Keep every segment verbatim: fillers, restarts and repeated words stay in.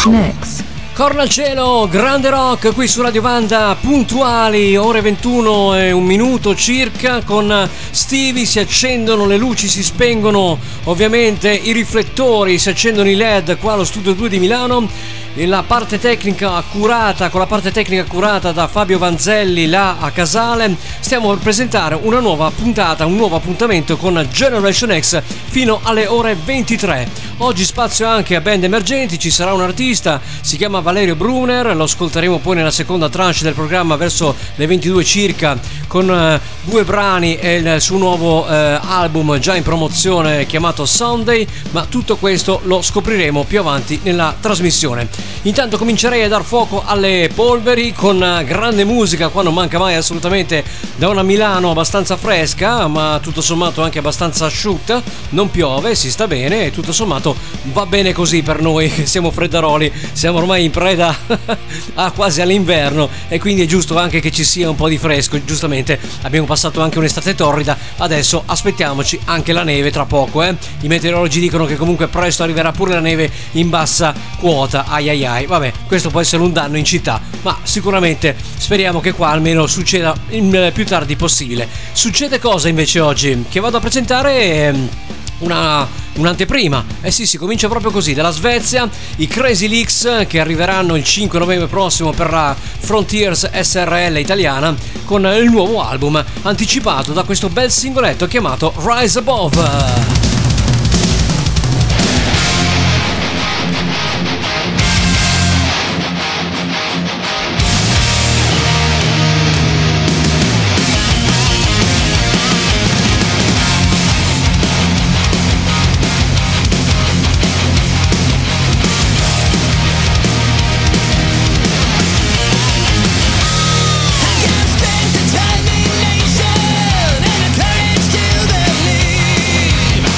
Generation X. Corna al cielo, grande rock qui su Radio Vanda, puntuali, ore ventuno e un minuto circa, con Stevie si accendono le luci, si spengono ovviamente i riflettori, si accendono i led qua allo studio due di Milano, e la parte tecnica curata, con la parte tecnica curata da Fabio Vanzelli là a Casale. Stiamo per presentare una nuova puntata, un nuovo appuntamento con Generation X fino alle ore ventitré. Oggi spazio anche a band emergenti, ci sarà un artista, si chiama Valerio Brunner, lo ascolteremo poi nella seconda tranche del programma verso le ventidue circa, con uh, due brani e il suo nuovo uh, album già in promozione chiamato Sunday, ma tutto questo lo scopriremo più avanti nella trasmissione. Intanto comincerei a dar fuoco alle polveri con grande musica, qua non manca mai assolutamente, da una Milano abbastanza fresca ma tutto sommato anche abbastanza asciutta, non piove, si sta bene e tutto sommato va bene così per noi che siamo freddaroli, siamo ormai in preda a quasi all'inverno e quindi è giusto anche che ci sia un po' di fresco. Giustamente abbiamo passato anche un'estate torrida, adesso aspettiamoci anche la neve tra poco, eh? I meteorologi dicono che comunque presto arriverà pure la neve in bassa quota, ai ai ai, vabbè, questo può essere un danno in città, ma sicuramente speriamo che qua almeno succeda il più tardi possibile. Succede cosa invece oggi? Che vado a presentare una un'anteprima, eh sì, si comincia proprio così, dalla Svezia, i Crazy Leaks, che arriveranno il cinque novembre prossimo per la Frontiers S R L italiana con il nuovo album anticipato da questo bel singoletto chiamato Rise Above. Determination and a courage to believe.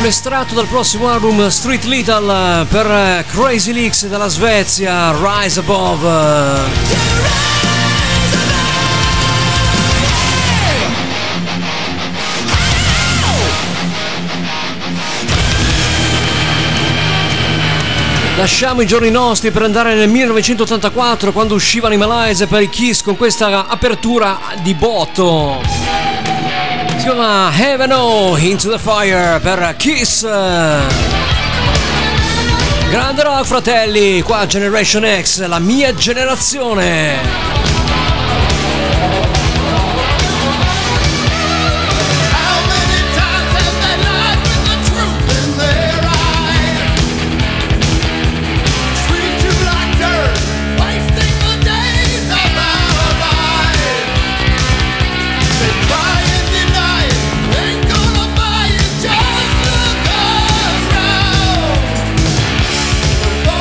estratto dal prossimo album Street Little per Crazy Leaks dalla Svezia, Rise Above. Lasciamo i giorni nostri per andare nel millenovecentottantaquattro, quando uscivano i Malaise per i Kiss con questa apertura di botto. Si chiama Heaven O, Into the Fire per Kiss. Grande rock, fratelli, qua Generation X, la mia generazione.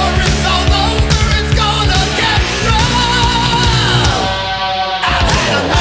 It's gonna get rough.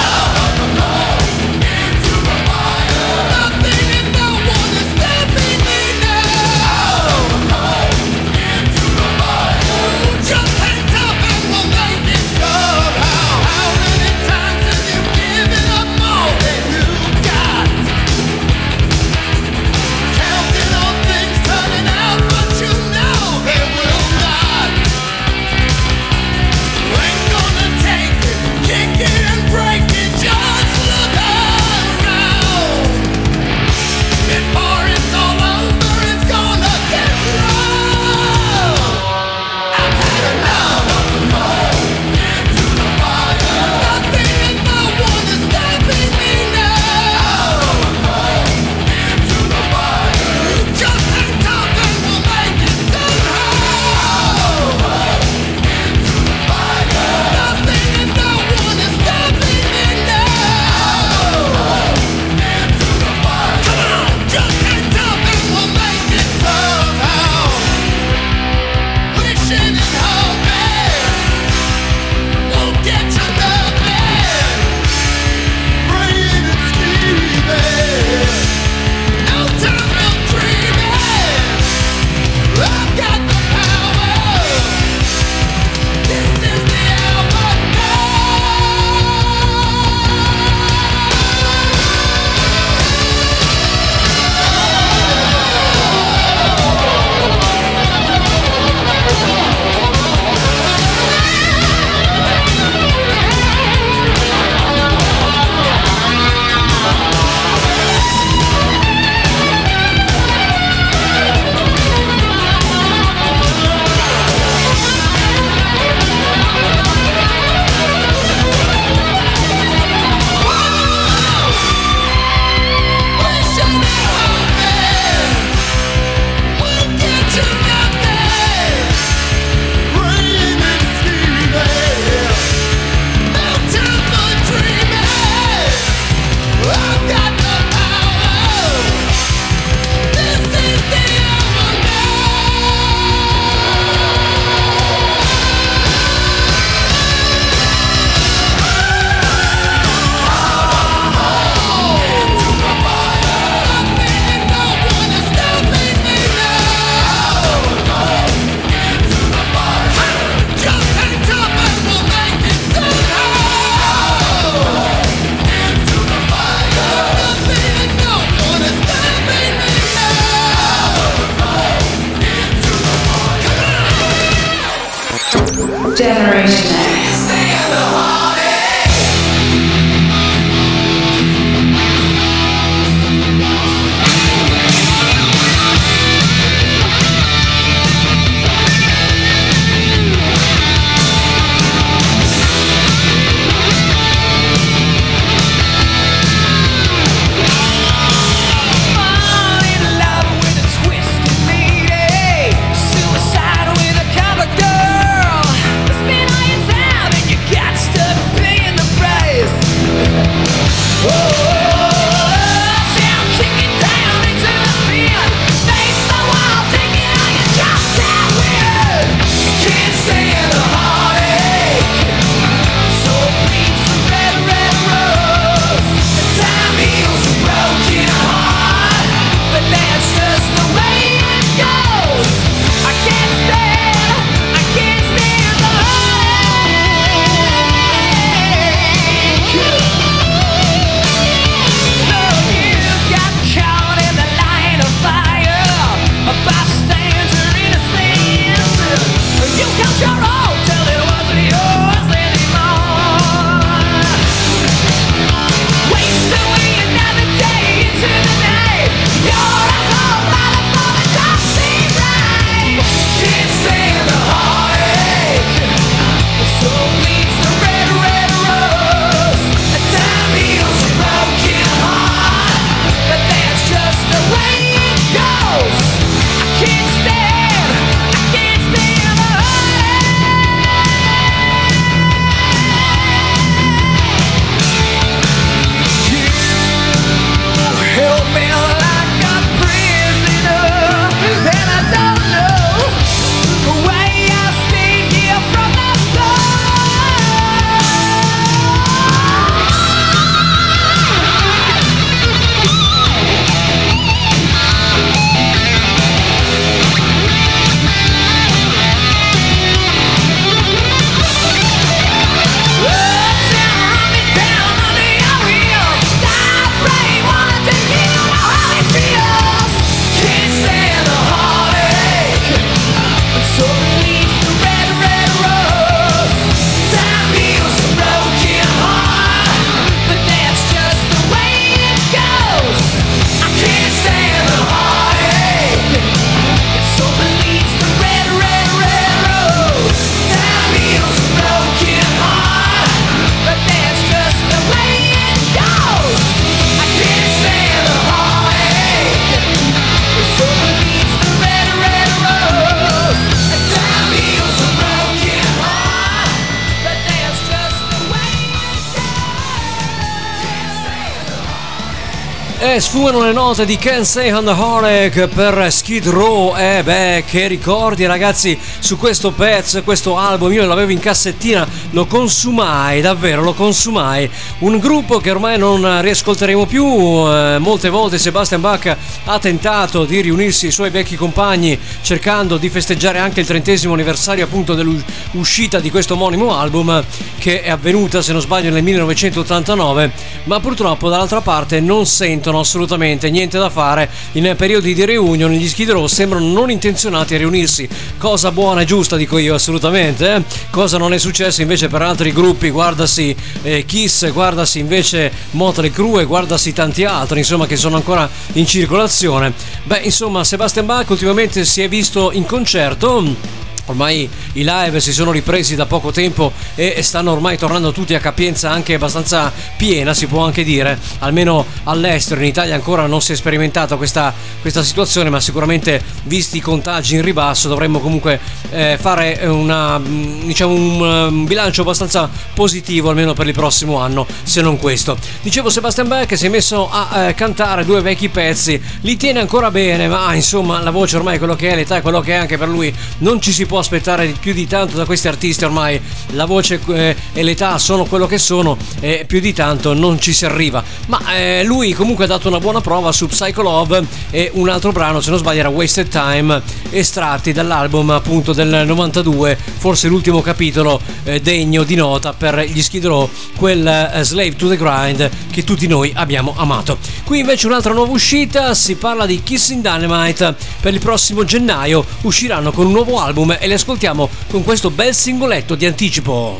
E sfumano le note di Can't Stay on the Heartache per Skid Row. E eh beh, che ricordi ragazzi su questo pezzo, questo album. Io l'avevo in cassettina, lo consumai, davvero lo consumai. Un gruppo che ormai non riascolteremo più. eh, Molte volte Sebastian Bach ha tentato di riunirsi ai suoi vecchi compagni, cercando di festeggiare anche il trentesimo anniversario appunto dell'uscita di questo omonimo album, che è avvenuta se non sbaglio nel millenovecentottantanove. Ma purtroppo dall'altra parte non sento assolutamente niente da fare. In periodi di reunion gli Skid Row sembrano non intenzionati a riunirsi, cosa buona e giusta dico io, assolutamente, eh? Cosa non è successo invece per altri gruppi, guardasi eh, Kiss, guardasi invece Motley Crue, guardasi tanti altri insomma che sono ancora in circolazione. Beh, insomma, Sebastian Bach ultimamente si è visto in concerto. Ormai i live si sono ripresi da poco tempo e stanno ormai tornando tutti a capienza anche abbastanza piena, si può anche dire, almeno all'estero. In Italia ancora non si è sperimentato questa, questa situazione, ma sicuramente visti i contagi in ribasso dovremmo comunque eh, fare una, diciamo un, un bilancio abbastanza positivo almeno per il prossimo anno, se non questo. Dicevo, Sebastian Bach si è messo a eh, cantare due vecchi pezzi, li tiene ancora bene, ma insomma la voce ormai è quello che è, l'età è quello che è anche per lui, non ci si può aspettare più di tanto da questi artisti. Ormai la voce eh, e l'età sono quello che sono e più di tanto non ci si arriva, ma eh, lui comunque ha dato una buona prova su Psycho Love e un altro brano, se non sbaglio era Wasted Time, estratti dall'album appunto del novantadue, forse l'ultimo capitolo eh, degno di nota per gli Skid Row, quel eh, Slave to the Grind che tutti noi abbiamo amato. Qui invece un'altra nuova uscita, si parla di Kissing Dynamite. Per il prossimo gennaio usciranno con un nuovo album e le ascoltiamo con questo bel singoletto di anticipo.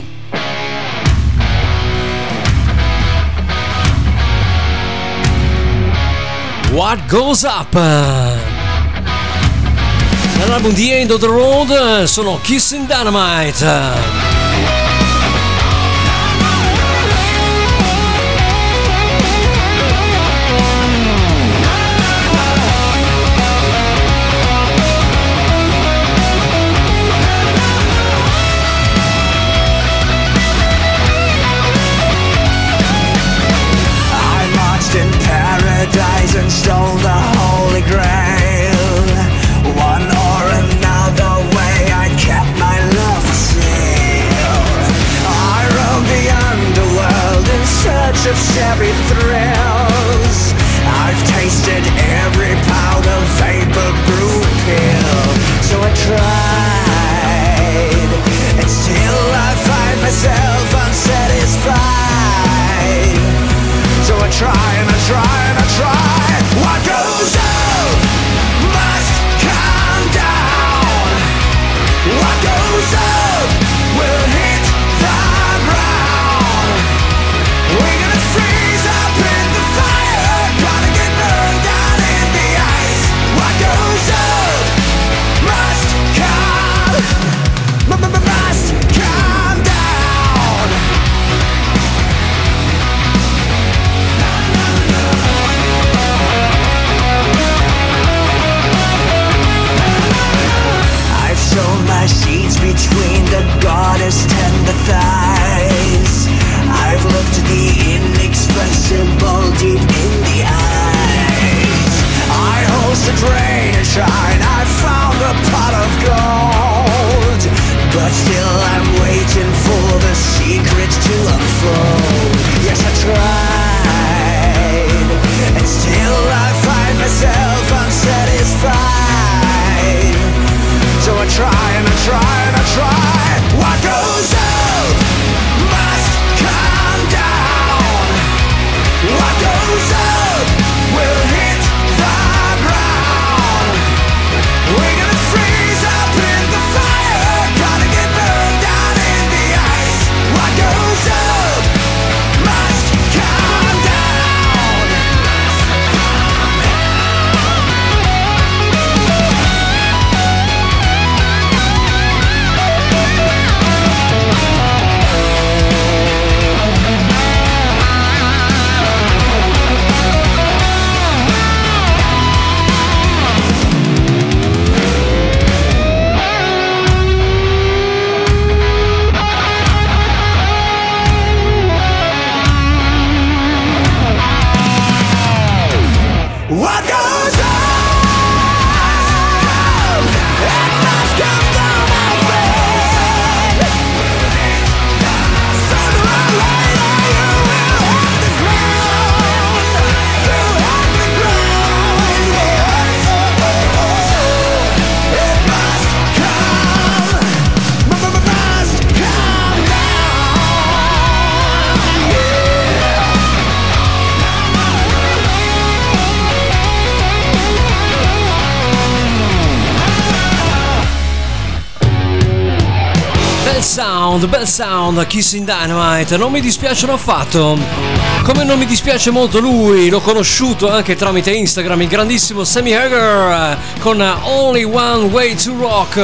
What Goes Up. Dall'album The End of the Road sono Kissing Dynamite. And stole the Holy Grail. One or another way I kept my love for sale. I roamed the underworld in search of shabby thrills. I've tasted every powder, vapor, brew pill. So I tried, and still I find myself unsatisfied. So I try and I try and I try. What goes up must come down. What goes up will hit the ground. We're gonna freeze up sound, bel sound, Kissing Dynamite, non mi dispiacciono affatto. Come non mi dispiace molto lui, l'ho conosciuto anche tramite Instagram, il grandissimo Sammy Hagar con Only One Way to Rock.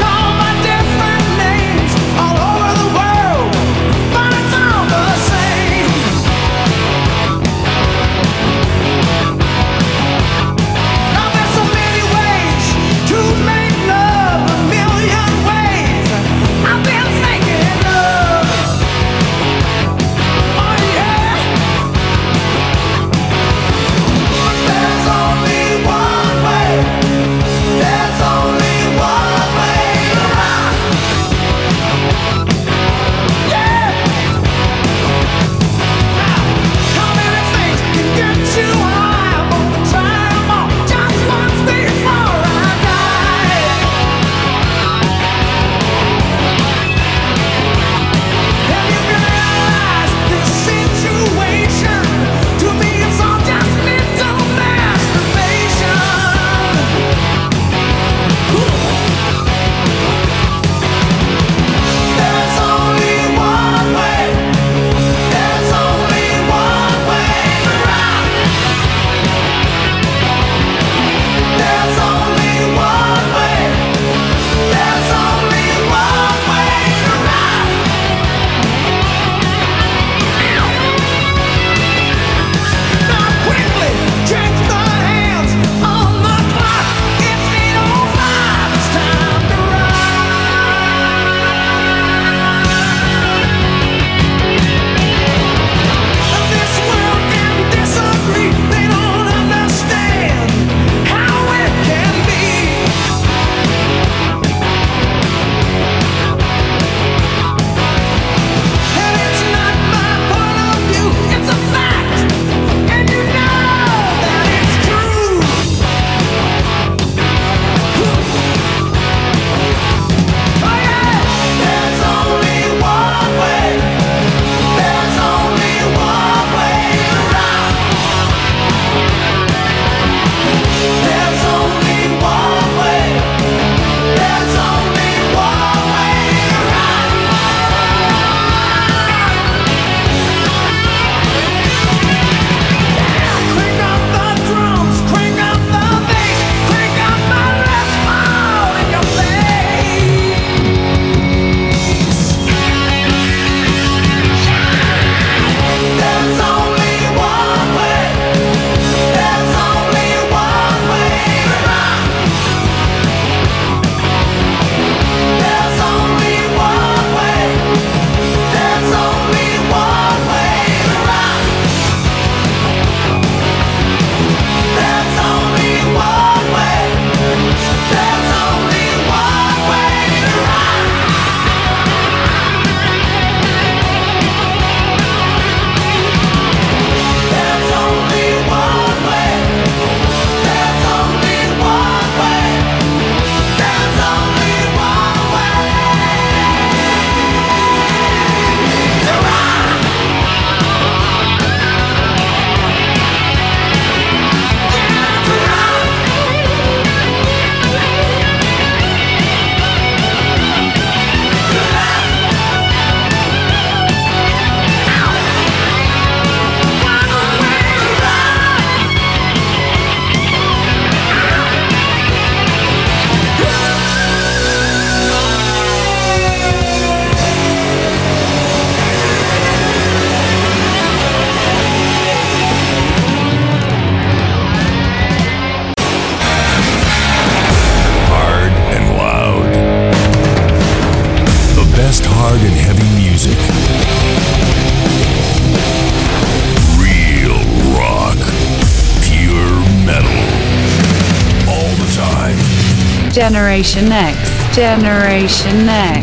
Generation X, Generation X.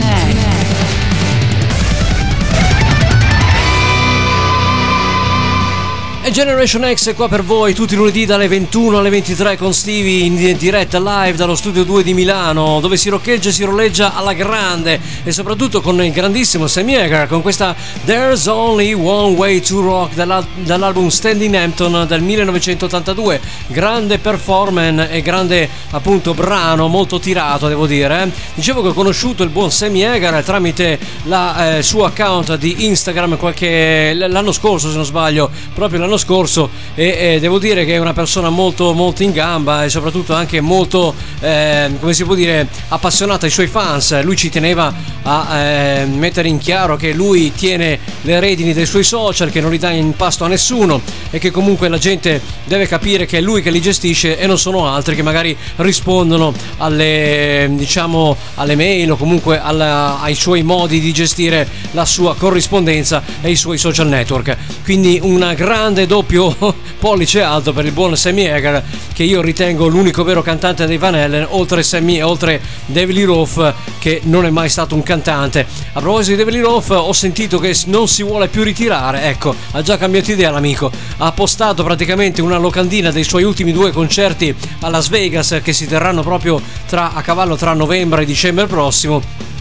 E Generation X è qua per voi tutti i lunedì dalle ventuno alle ventitré con Stevie in diretta live dallo studio due di Milano, dove si roccheggia e si rolleggia alla grande, e soprattutto con il grandissimo Sammy Hagar con questa There's Only One Way to Rock dall'album Standing Hampton del millenovecentottantadue. Grande performance e grande appunto brano, molto tirato devo dire. eh. Dicevo che ho conosciuto il buon Sammy Hagar tramite la, eh, suo account di Instagram qualche l'anno scorso, se non sbaglio, proprio l'anno scorso, e, e devo dire che è una persona molto molto in gamba e soprattutto anche molto eh, come si può dire appassionata ai suoi fans. Lui ci teneva a eh, mettere in chiaro che lui tiene le redini dei suoi social, che non li dà in pasto a nessuno e che comunque la gente deve capire che è lui che li gestisce e non sono altri che magari rispondono alle diciamo alle mail o comunque alla, ai suoi modi di gestire la sua corrispondenza e i suoi social network. Quindi una grande doppio pollice alto per il buon Sammy Hagar, che io ritengo l'unico vero cantante dei Van Halen, oltre Sammy, oltre David Lee Roth, che non è mai stato un cantante. A proposito di David Lee Roth, ho sentito che non si vuole più ritirare. Ecco, ha già cambiato idea l'amico, ha postato praticamente una locandina dei suoi ultimi due concerti a Las Vegas, che si terranno proprio tra, a cavallo tra novembre e dicembre prossimo,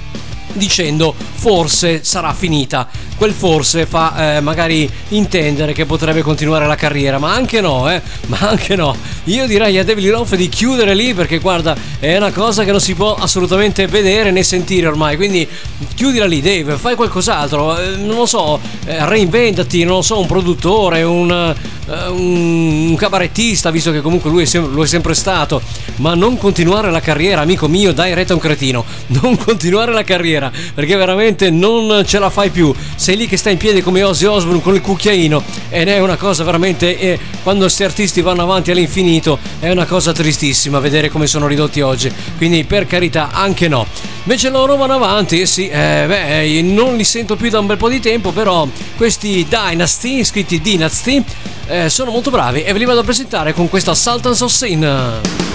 dicendo forse sarà finita. Quel forse fa eh, magari intendere che potrebbe continuare la carriera, ma anche no, eh, ma anche no. Io direi a David Lee Roth di chiudere lì, perché guarda, è una cosa che non si può assolutamente vedere né sentire ormai, quindi chiudila lì Dave, fai qualcos'altro, eh, non lo so, eh, reinventati, non lo so, un produttore, un, eh, un, un cabarettista, visto che comunque lui è sem- lo è sempre stato, ma non continuare la carriera, amico mio, dai retta a un cretino, non continuare la carriera, perché veramente non ce la fai più. Sei lì che stai in piedi come Ozzy Osbourne con il cucchiaino, ed è una cosa veramente, eh, quando questi artisti vanno avanti all'infinito è una cosa tristissima vedere come sono ridotti oggi, quindi per carità anche no. Invece loro vanno avanti, sì, eh, beh, non li sento più da un bel po' di tempo, però questi Dynasty, scritti Dynasty, eh, sono molto bravi e ve li vado a presentare con questa Sultans of Sin.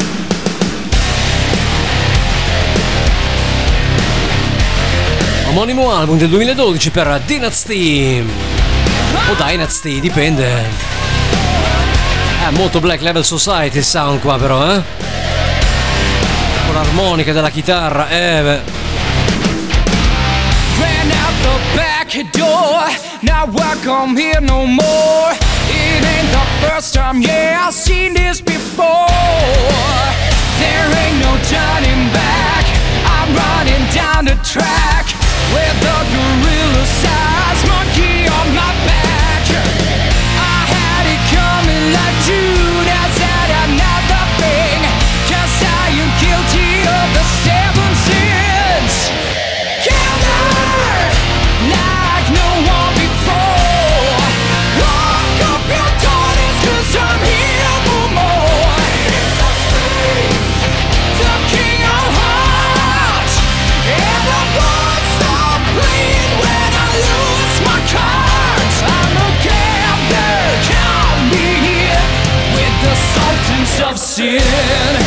Omonimo album del duemiladodici per Dynasty o Dynasty, dipende. È molto Black Label Society il sound qua però, eh? Con l'armonica della chitarra, eh beh. Ran out the back door, not welcome here no more. It ain't the first time, yeah, I've seen this before. There ain't no turning back, I'm running down the track with a gorilla-sized monkey on my back. I had it coming like Judas had another thing, 'cause I am guilty of the seven sins. Killer, like no one before. Lock up your daughters, 'cause I'm here for more. The king of hearts, and the blood stop bleed when I lose my cards. I'm a gambler, count me here with the sultans of sin.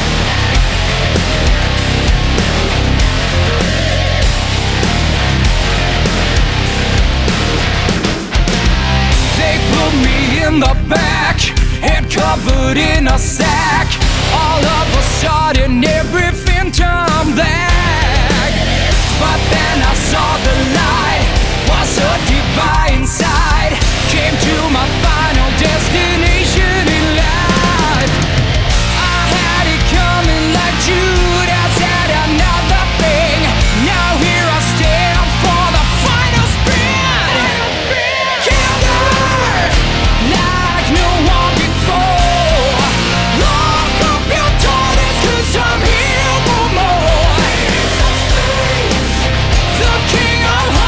They put me in the back and covered in a sack. All of a sudden everything turned black. But then I saw the light, was a divine side. Came to my final destination in life. I had it coming like Judas had another thing. Now here I stand for the final spin. Killer, like no one before. Lock up your daughters, 'cause I'm here for more. The king of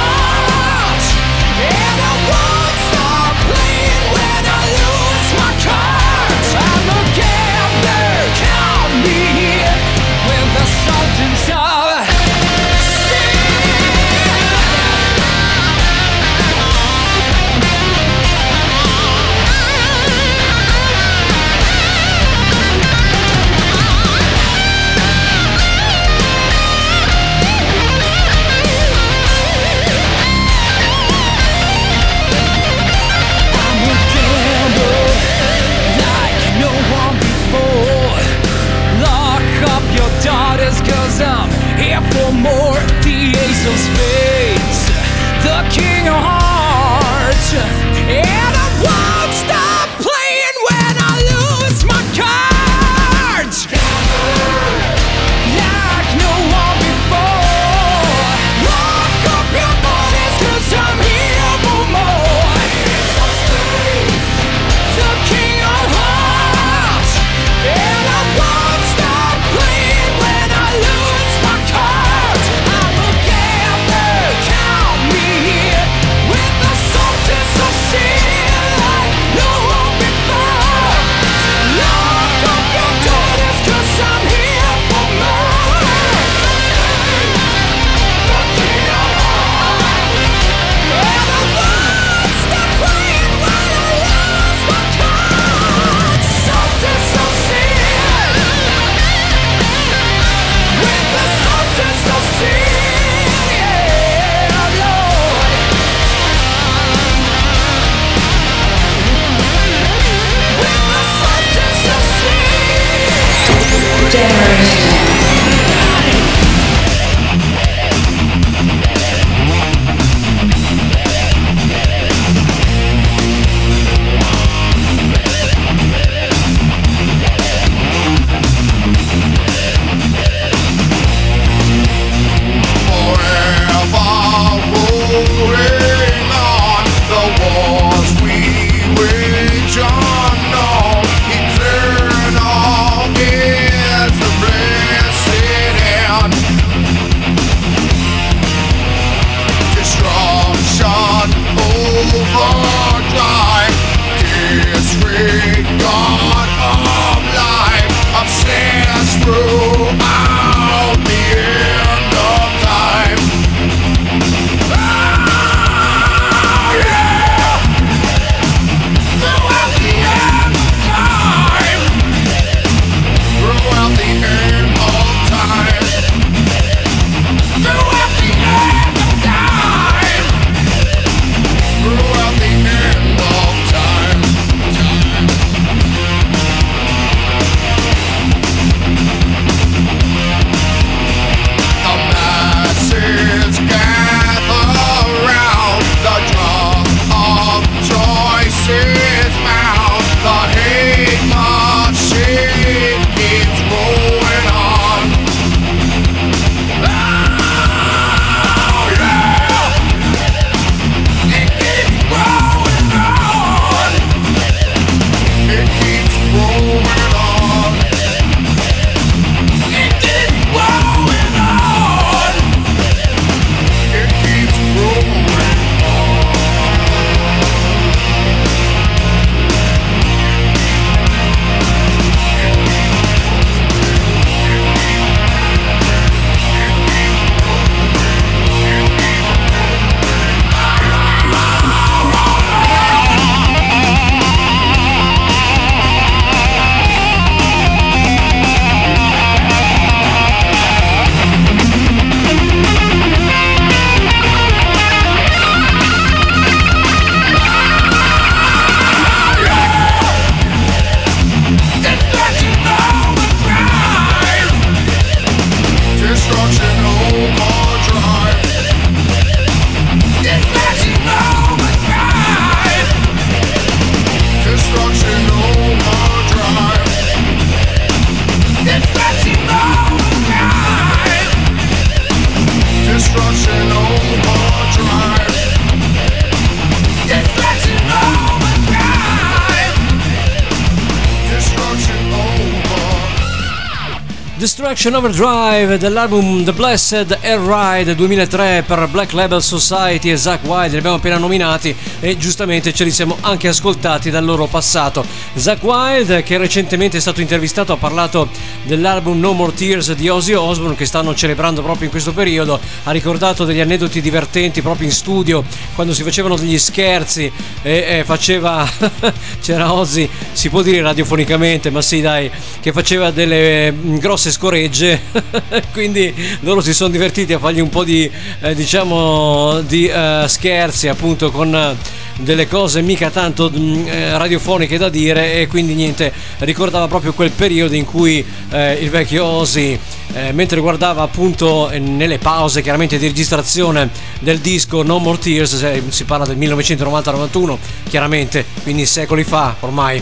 Destruction Overdrive dell'album The Blessed Air Ride duemilatré per Black Label Society e Zakk Wylde, li abbiamo appena nominati e giustamente ce li siamo anche ascoltati dal loro passato. Zakk Wylde, che recentemente è stato intervistato, ha parlato dell'album No More Tears di Ozzy Osbourne che stanno celebrando proprio in questo periodo, ha ricordato degli aneddoti divertenti proprio in studio quando si facevano degli scherzi e, e faceva c'era Ozzy, si può dire radiofonicamente, ma sì dai, che faceva delle grosse scoregge quindi loro si sono divertiti a fargli un po' di eh, diciamo di eh, scherzi appunto con eh, delle cose mica tanto eh, radiofoniche da dire, e quindi niente, ricordava proprio quel periodo in cui eh, il vecchio Ozzy eh, mentre guardava appunto eh, nelle pause chiaramente di registrazione del disco No More Tears, eh, si parla del millenovecentonovanta novantuno chiaramente, quindi secoli fa ormai,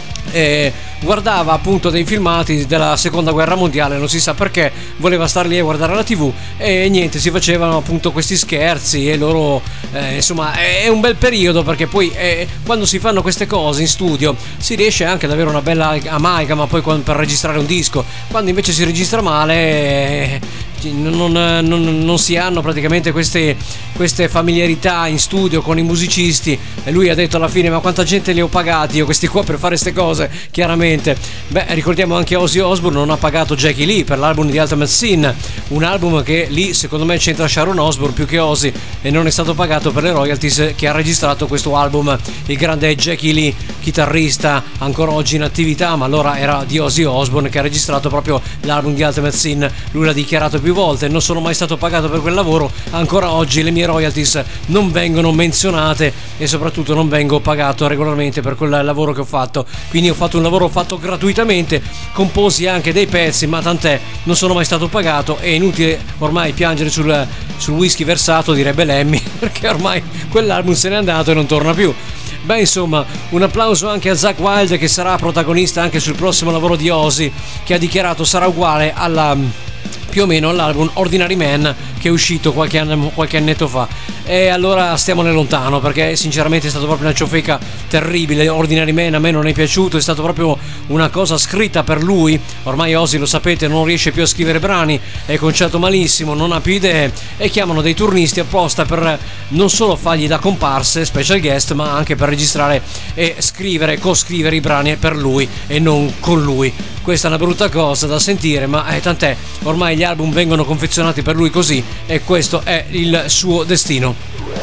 e guardava appunto dei filmati della seconda guerra mondiale, non si sa perché voleva star lì a guardare la tivù e niente, si facevano appunto questi scherzi e loro eh, insomma è un bel periodo, perché poi eh, quando si fanno queste cose in studio si riesce anche ad avere una bella amalgama poi per registrare un disco. Quando invece si registra male eh, Non, non, non si hanno praticamente queste, queste familiarità in studio con i musicisti, e lui ha detto alla fine: ma quanta gente li ho pagati io questi qua per fare queste cose, chiaramente. Beh, ricordiamo anche Ozzy Osbourne non ha pagato Jackie Lee per l'album di Ultimate Sin, un album che lì secondo me c'entra Sharon Osbourne più che Ozzy, e non è stato pagato per le royalties che ha registrato questo album il grande Jackie Lee, chitarrista ancora oggi in attività, ma allora era di Ozzy Osbourne, che ha registrato proprio l'album di Ultimate Sin. Lui l'ha dichiarato più volte: non sono mai stato pagato per quel lavoro, ancora oggi le mie royalties non vengono menzionate e soprattutto non vengo pagato regolarmente per quel lavoro che ho fatto, quindi ho fatto un lavoro fatto gratuitamente, composi anche dei pezzi, ma tant'è, non sono mai stato pagato. È inutile ormai piangere sul, sul whisky versato, direbbe Lemmy, perché ormai quell'album se n'è andato e non torna più. Beh, insomma, un applauso anche a Zakk Wylde, che sarà protagonista anche sul prossimo lavoro di Ozzy, che ha dichiarato sarà uguale alla più o meno all'album Ordinary Man che è uscito qualche anno, qualche annetto fa. E allora stiamone lontano, perché sinceramente è stato proprio una ciofeca terribile. Ordinary Man a me non è piaciuto, è stato proprio una cosa scritta per lui. Ormai Ozzy, lo sapete, non riesce più a scrivere brani, è conciato malissimo, non ha più idee, e chiamano dei turnisti apposta per non solo fargli da comparse, special guest, ma anche per registrare e scrivere, coscrivere i brani per lui e non con lui. Questa è una brutta cosa da sentire, ma eh, tant'è, ormai gli album vengono confezionati per lui così, e questo è il suo destino.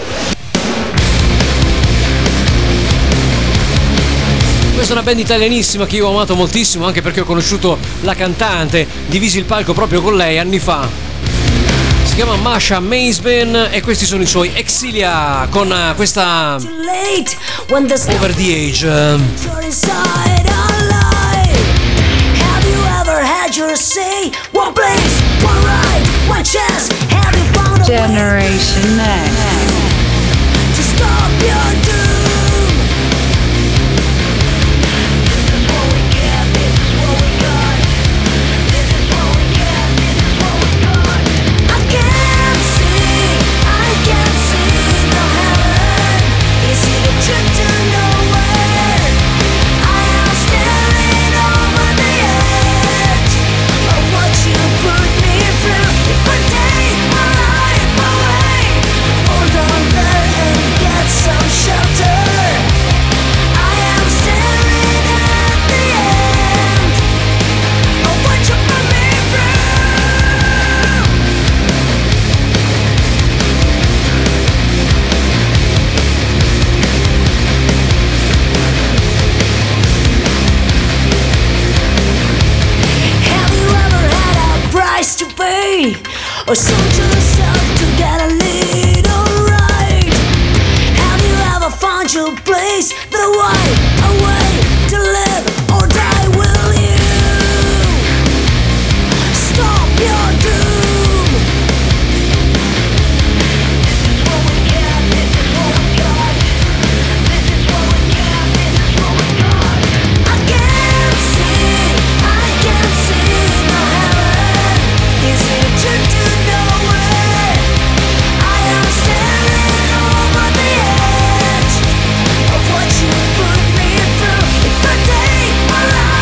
Questa è una band italianissima che io ho amato moltissimo, anche perché ho conosciuto la cantante, divisi il palco proprio con lei anni fa. Si chiama Masha Maisben e questi sono i suoi Exilia con questa Over the Age. Generation Next. To stop your doom. This is what we get, this is what we got. This is what we get, this is what we got. I can't see, I can't see no heaven. Is it a trip to nowhere? I am staring over the edge of what you put me through. If I take my life away, hold on there and get some shelter. I am staring at the end of what you put me through. Have you ever had a price to pay, or sold yourself to get a little right? Have you ever found your place, the right way to live or die? Will you stop your doom? This is what we get, this is what we got. This is what we get, this is what we got. I can't see, I can't see no heaven. Is it a trip to nowhere? I am staring over the edge of what you put me through. If I take my life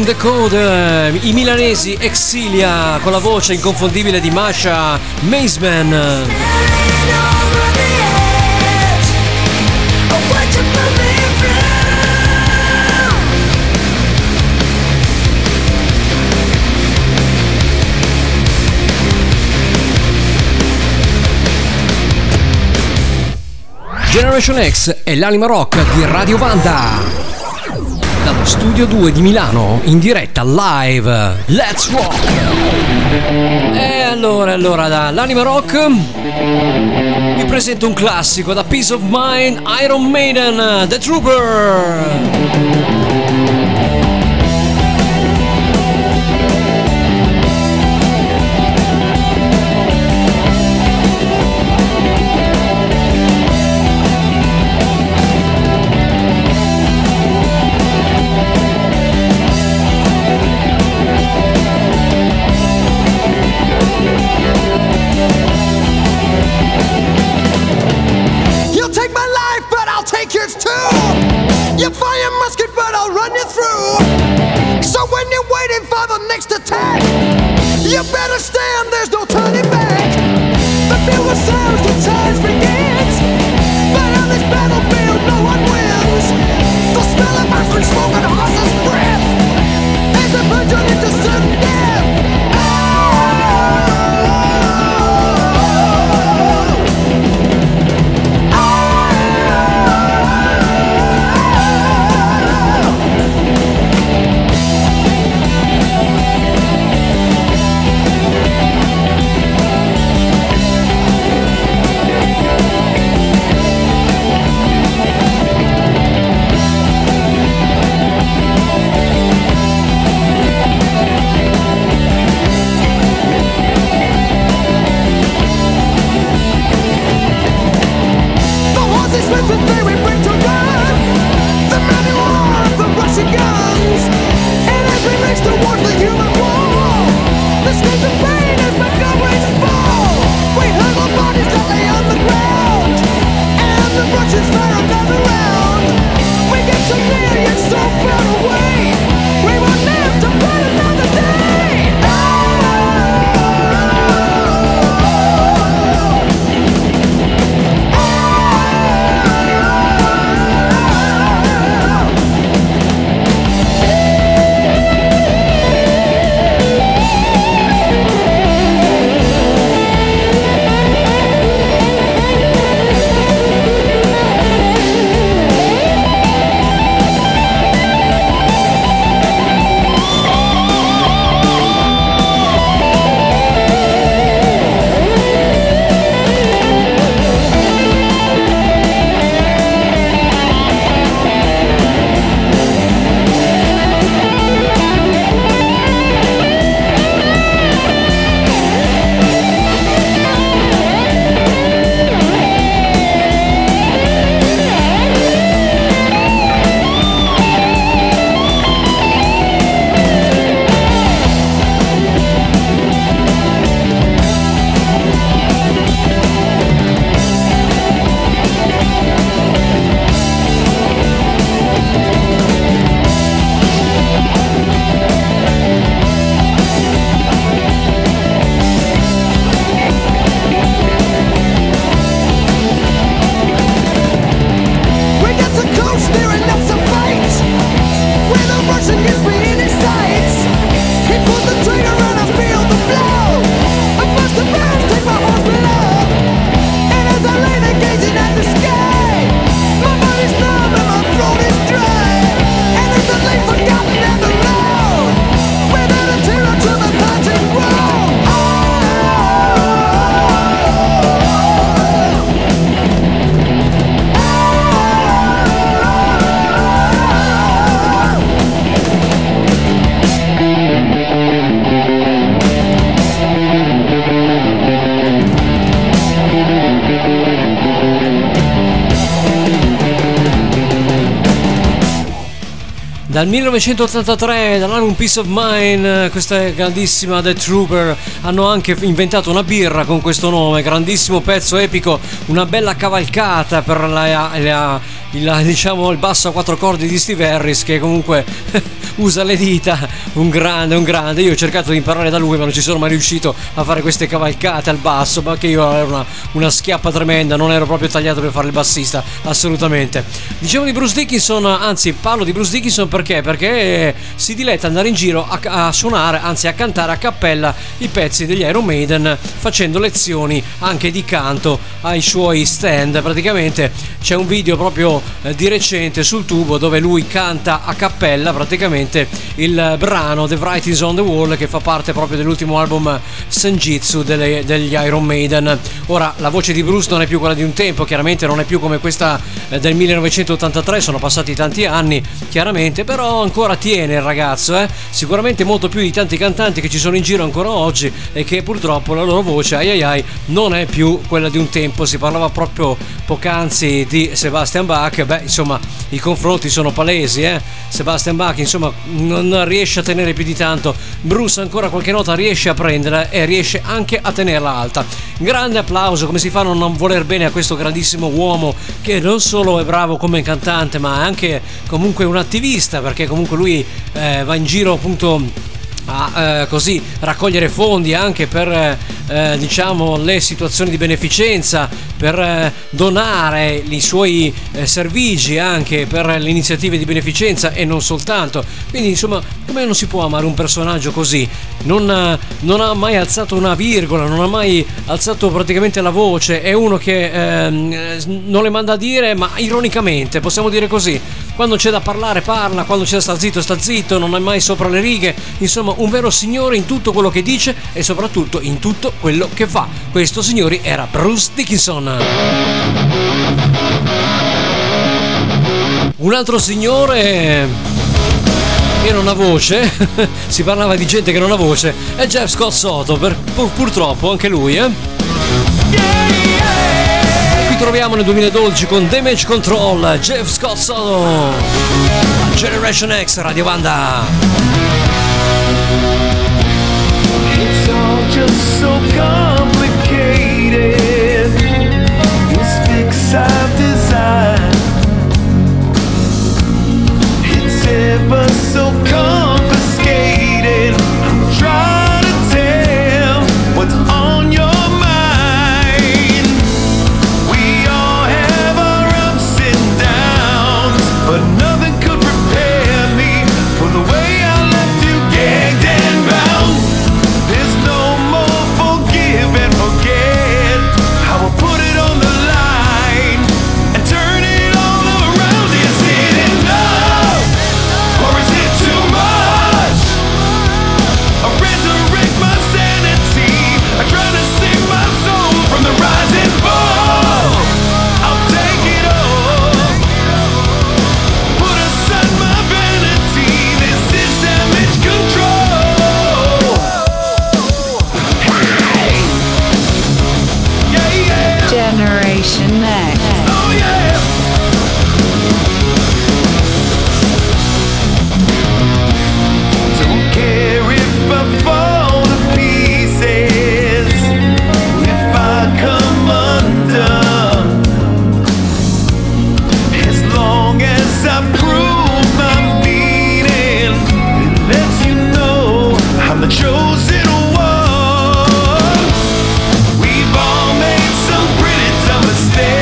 the Code, i milanesi Exilia con la voce inconfondibile di Masha Mazeman. Generation X è l'anima rock di Radio Vanda. Dallo studio due di Milano, in diretta live. Let's rock! E allora, allora, dall'anima rock vi presento un classico da Peace of Mind, Iron Maiden, The Trooper. You fire musket, but I'll run you through. So when you're waiting for the next attack, you better stand, there's no turning back. The bugle sounds, the charge begins. But on this battlefield, no one wins. The smell of iron smoke and horse's breath as a burden into sudden death. Dal millenovecentottantatré, dall'album Peace of Mind, questa grandissima The Trooper, hanno anche inventato una birra con questo nome, grandissimo pezzo epico, una bella cavalcata per la, la il, diciamo, il basso a quattro corde di Steve Harris, che comunque usa le dita, un grande, un grande. Io ho cercato di imparare da lui, ma non ci sono mai riuscito a fare queste cavalcate al basso, perché io ero una, una schiappa tremenda, non ero proprio tagliato per fare il bassista, assolutamente. Dicevo di Bruce Dickinson, anzi parlo di Bruce Dickinson perché? Perché si diletta andare in giro a, a suonare, anzi a cantare a cappella i pezzi degli Iron Maiden, facendo lezioni anche di canto ai suoi stand. Praticamente c'è un video proprio eh, di recente sul tubo dove lui canta a cappella praticamente il brano The Writings on the Wall, che fa parte proprio dell'ultimo album Senjutsu delle, degli Iron Maiden. Ora la voce di Bruce non è più quella di un tempo, chiaramente non è più come questa eh, del millenovecentottantatré, sono passati tanti anni chiaramente, però ancora tiene il ragazzo, eh? Sicuramente molto più di tanti cantanti che ci sono in giro ancora oggi e che purtroppo la loro voce ai ai ai non è più quella di un tempo. Si parlava proprio poc'anzi di Sebastian Bach, beh insomma i confronti sono palesi, eh? Sebastian Bach insomma non riesce a tenere più di tanto, Bruce ancora qualche nota riesce a prenderla e riesce anche a tenerla alta. Grande applauso, come si fa a non voler bene a questo grandissimo uomo che non solo è bravo come cantante ma è anche comunque un attivista, perché comunque lui eh, va in giro appunto a eh, così raccogliere fondi anche per eh, diciamo le situazioni di beneficenza, per eh, donare i suoi eh, servigi anche per le iniziative di beneficenza e non soltanto. Quindi insomma, come non si può amare un personaggio così? Non, eh, non ha mai alzato una virgola, non ha mai alzato praticamente la voce, è uno che eh, non le manda a dire, ma ironicamente, possiamo dire così. Quando c'è da parlare parla, quando c'è da sta zitto sta zitto, non è mai sopra le righe, insomma un vero signore in tutto quello che dice e soprattutto in tutto quello che fa. Questo, signori, era Bruce Dickinson. Un altro signore che non ha voce, si parlava di gente che non ha voce, è Jeff Scott Soto, per, pur, purtroppo anche lui, eh? E qui troviamo nel duemiladodici con Damage Control, Jeff Scott Soto, Generation X, Radio Vanda. It's all just so complicated. This fix I've designed, it's ever so confiscated. I'm trying to tell what's on your mind. We all have our ups and downs, but nothing could prepare me for the way I left you gagged and bound. There's no more forgive and forget. I will put it on the line and turn it all around. Is it enough or is it too much? I resurrect my sanity. I try to save my soul from the rising fall. I'll take it all. Put aside my vanity. This is damage control. Hey. Yeah, yeah. Generation X. Oh yeah. Don't care if I fall to pieces, if I come undone, as long as I prove my meaning, it lets you know I'm the chosen one. We've all made some pretty dumb mistakes.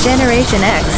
Generation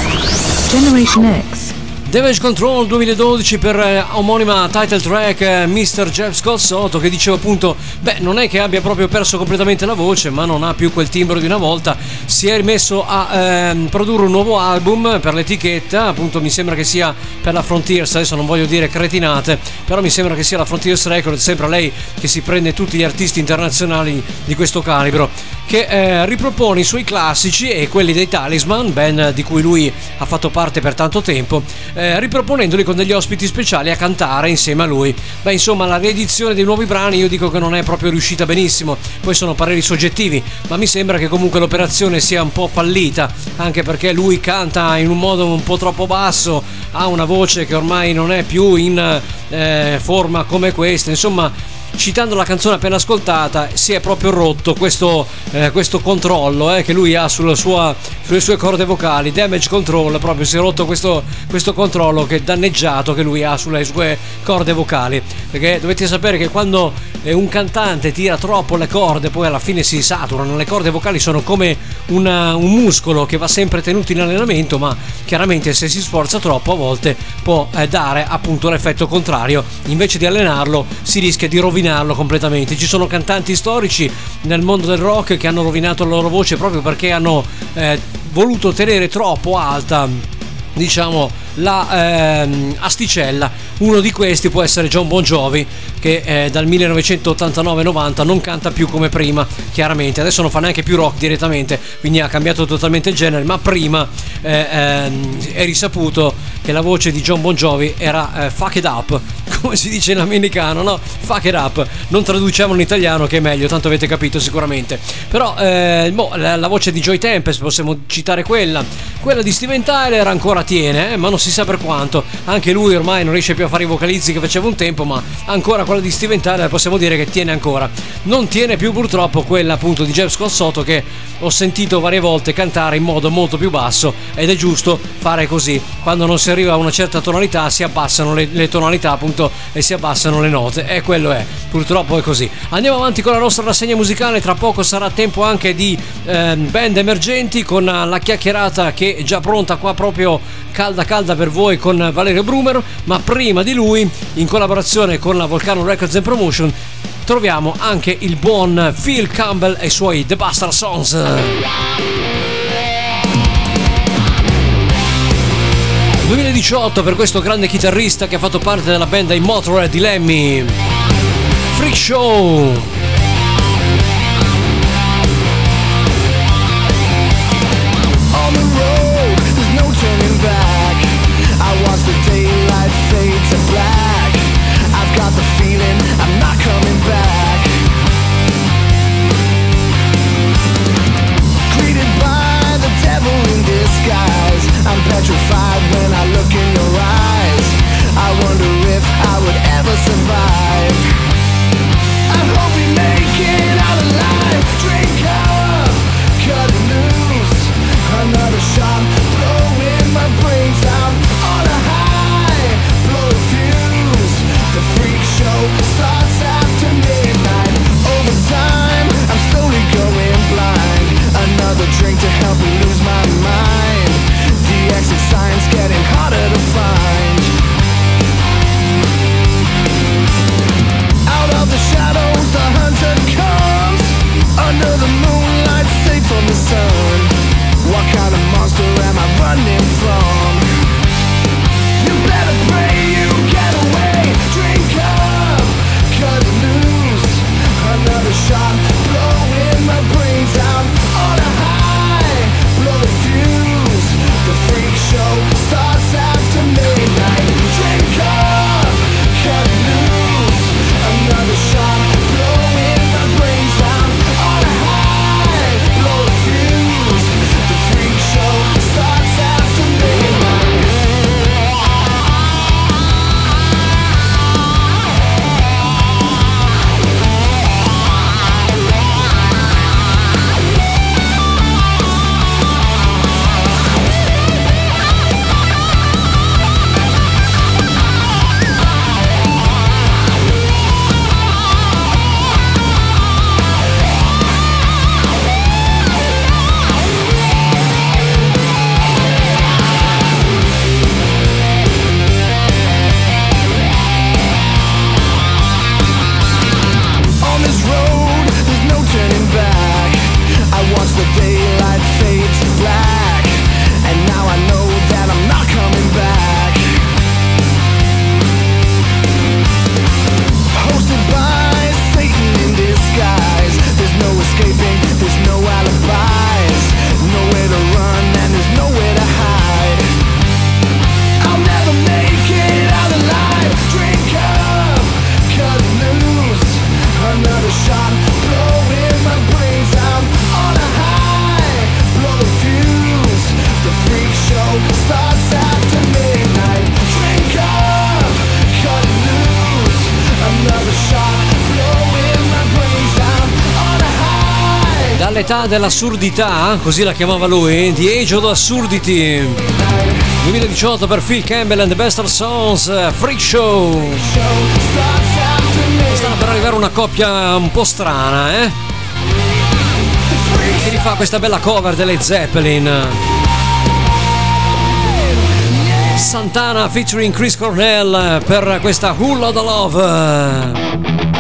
X. Generation X. Damage Control duemiladodici per eh, omonima title track eh, mister Jeff Scott Soto, che dicevo appunto, beh, non è che abbia proprio perso completamente la voce, ma non ha più quel timbro di una volta. Si è rimesso a ehm, produrre un nuovo album per l'etichetta, appunto mi sembra che sia per la Frontiers, adesso non voglio dire cretinate, però mi sembra che sia la Frontiers Records, sempre lei che si prende tutti gli artisti internazionali di questo calibro, che eh, ripropone i suoi classici e quelli dei Talisman, band di cui lui ha fatto parte per tanto tempo, eh, riproponendoli con degli ospiti speciali a cantare insieme a lui. Beh, insomma, la riedizione dei nuovi brani io dico che non è proprio riuscita benissimo, poi sono pareri soggettivi, ma mi sembra che comunque l'operazione sia un po' fallita, anche perché lui canta in un modo un po' troppo basso, ha una voce che ormai non è più in eh, forma come questa, insomma. Citando la canzone appena ascoltata, si è proprio rotto questo, eh, questo controllo eh, che lui ha sulla sua, sulle sue corde vocali. Damage Control, proprio si è rotto questo, questo controllo che danneggiato che lui ha sulle sue corde vocali, perché dovete sapere che quando eh, un cantante tira troppo le corde poi alla fine si saturano. Le corde vocali sono come una, un muscolo che va sempre tenuto in allenamento, ma chiaramente se si sforza troppo a volte può eh, dare appunto l'effetto contrario, invece di allenarlo si rischia di rovinare completamente. Ci sono cantanti storici nel mondo del rock che hanno rovinato la loro voce proprio perché hanno eh, voluto tenere troppo alta, diciamo, la ehm, asticella. Uno di questi può essere John Bon Jovi, che eh, dal millenovecentottantanove novanta non canta più come prima, chiaramente adesso non fa neanche più rock direttamente, quindi ha cambiato totalmente il genere, ma prima eh, ehm, è risaputo che la voce di John Bon Jovi era eh, fuck it up, come si dice in americano, no? Fuck it up, non traduciamo in italiano che è meglio, tanto avete capito sicuramente. Però eh, boh, la, la voce di Joy Tempest possiamo citare quella, quella di Steven Tyler ancora tiene, eh, ma non si sa per quanto, anche lui ormai non riesce più a fare i vocalizzi che faceva un tempo, ma ancora quella di Steven Tyler possiamo dire che tiene ancora. Non tiene più purtroppo quella appunto di Jeff Scott Soto, che ho sentito varie volte cantare in modo molto più basso, ed è giusto fare così, quando non si arriva a una certa tonalità si abbassano le, le tonalità appunto e si abbassano le note, e quello è, purtroppo è così. Andiamo avanti con la nostra rassegna musicale, tra poco sarà tempo anche di eh, band emergenti, con la chiacchierata che è già pronta qua proprio calda calda per voi con Valerio Brumer, ma prima di lui, in collaborazione con la Volcano Records and Promotion, troviamo anche il buon Phil Campbell e i suoi The Bastard Songs. duemiladiciotto per questo grande chitarrista che ha fatto parte della band dei Motorhead di Lemmy. Freak Show. On the road, there's no turning back. I watch the daylight fade to black. I've got the feeling I'm not coming back. Greeted by the devil in disguise, I'm petrified when I look in your eyes. I wonder if I would ever survive. I hope you starts after midnight. Drink up, cut loose. Another shot, blowing my brains out on a high. Dall'età dell'assurdità, così la chiamava lui, The Age of Absurdity. duemiladiciotto per Phil Campbell and the Best of Songs, Freak Show. Stanno per arrivare una coppia un po' strana, eh? Che rifà questa bella cover delle Zeppelin. Santana featuring Chris Cornell per questa Who Lotta Love.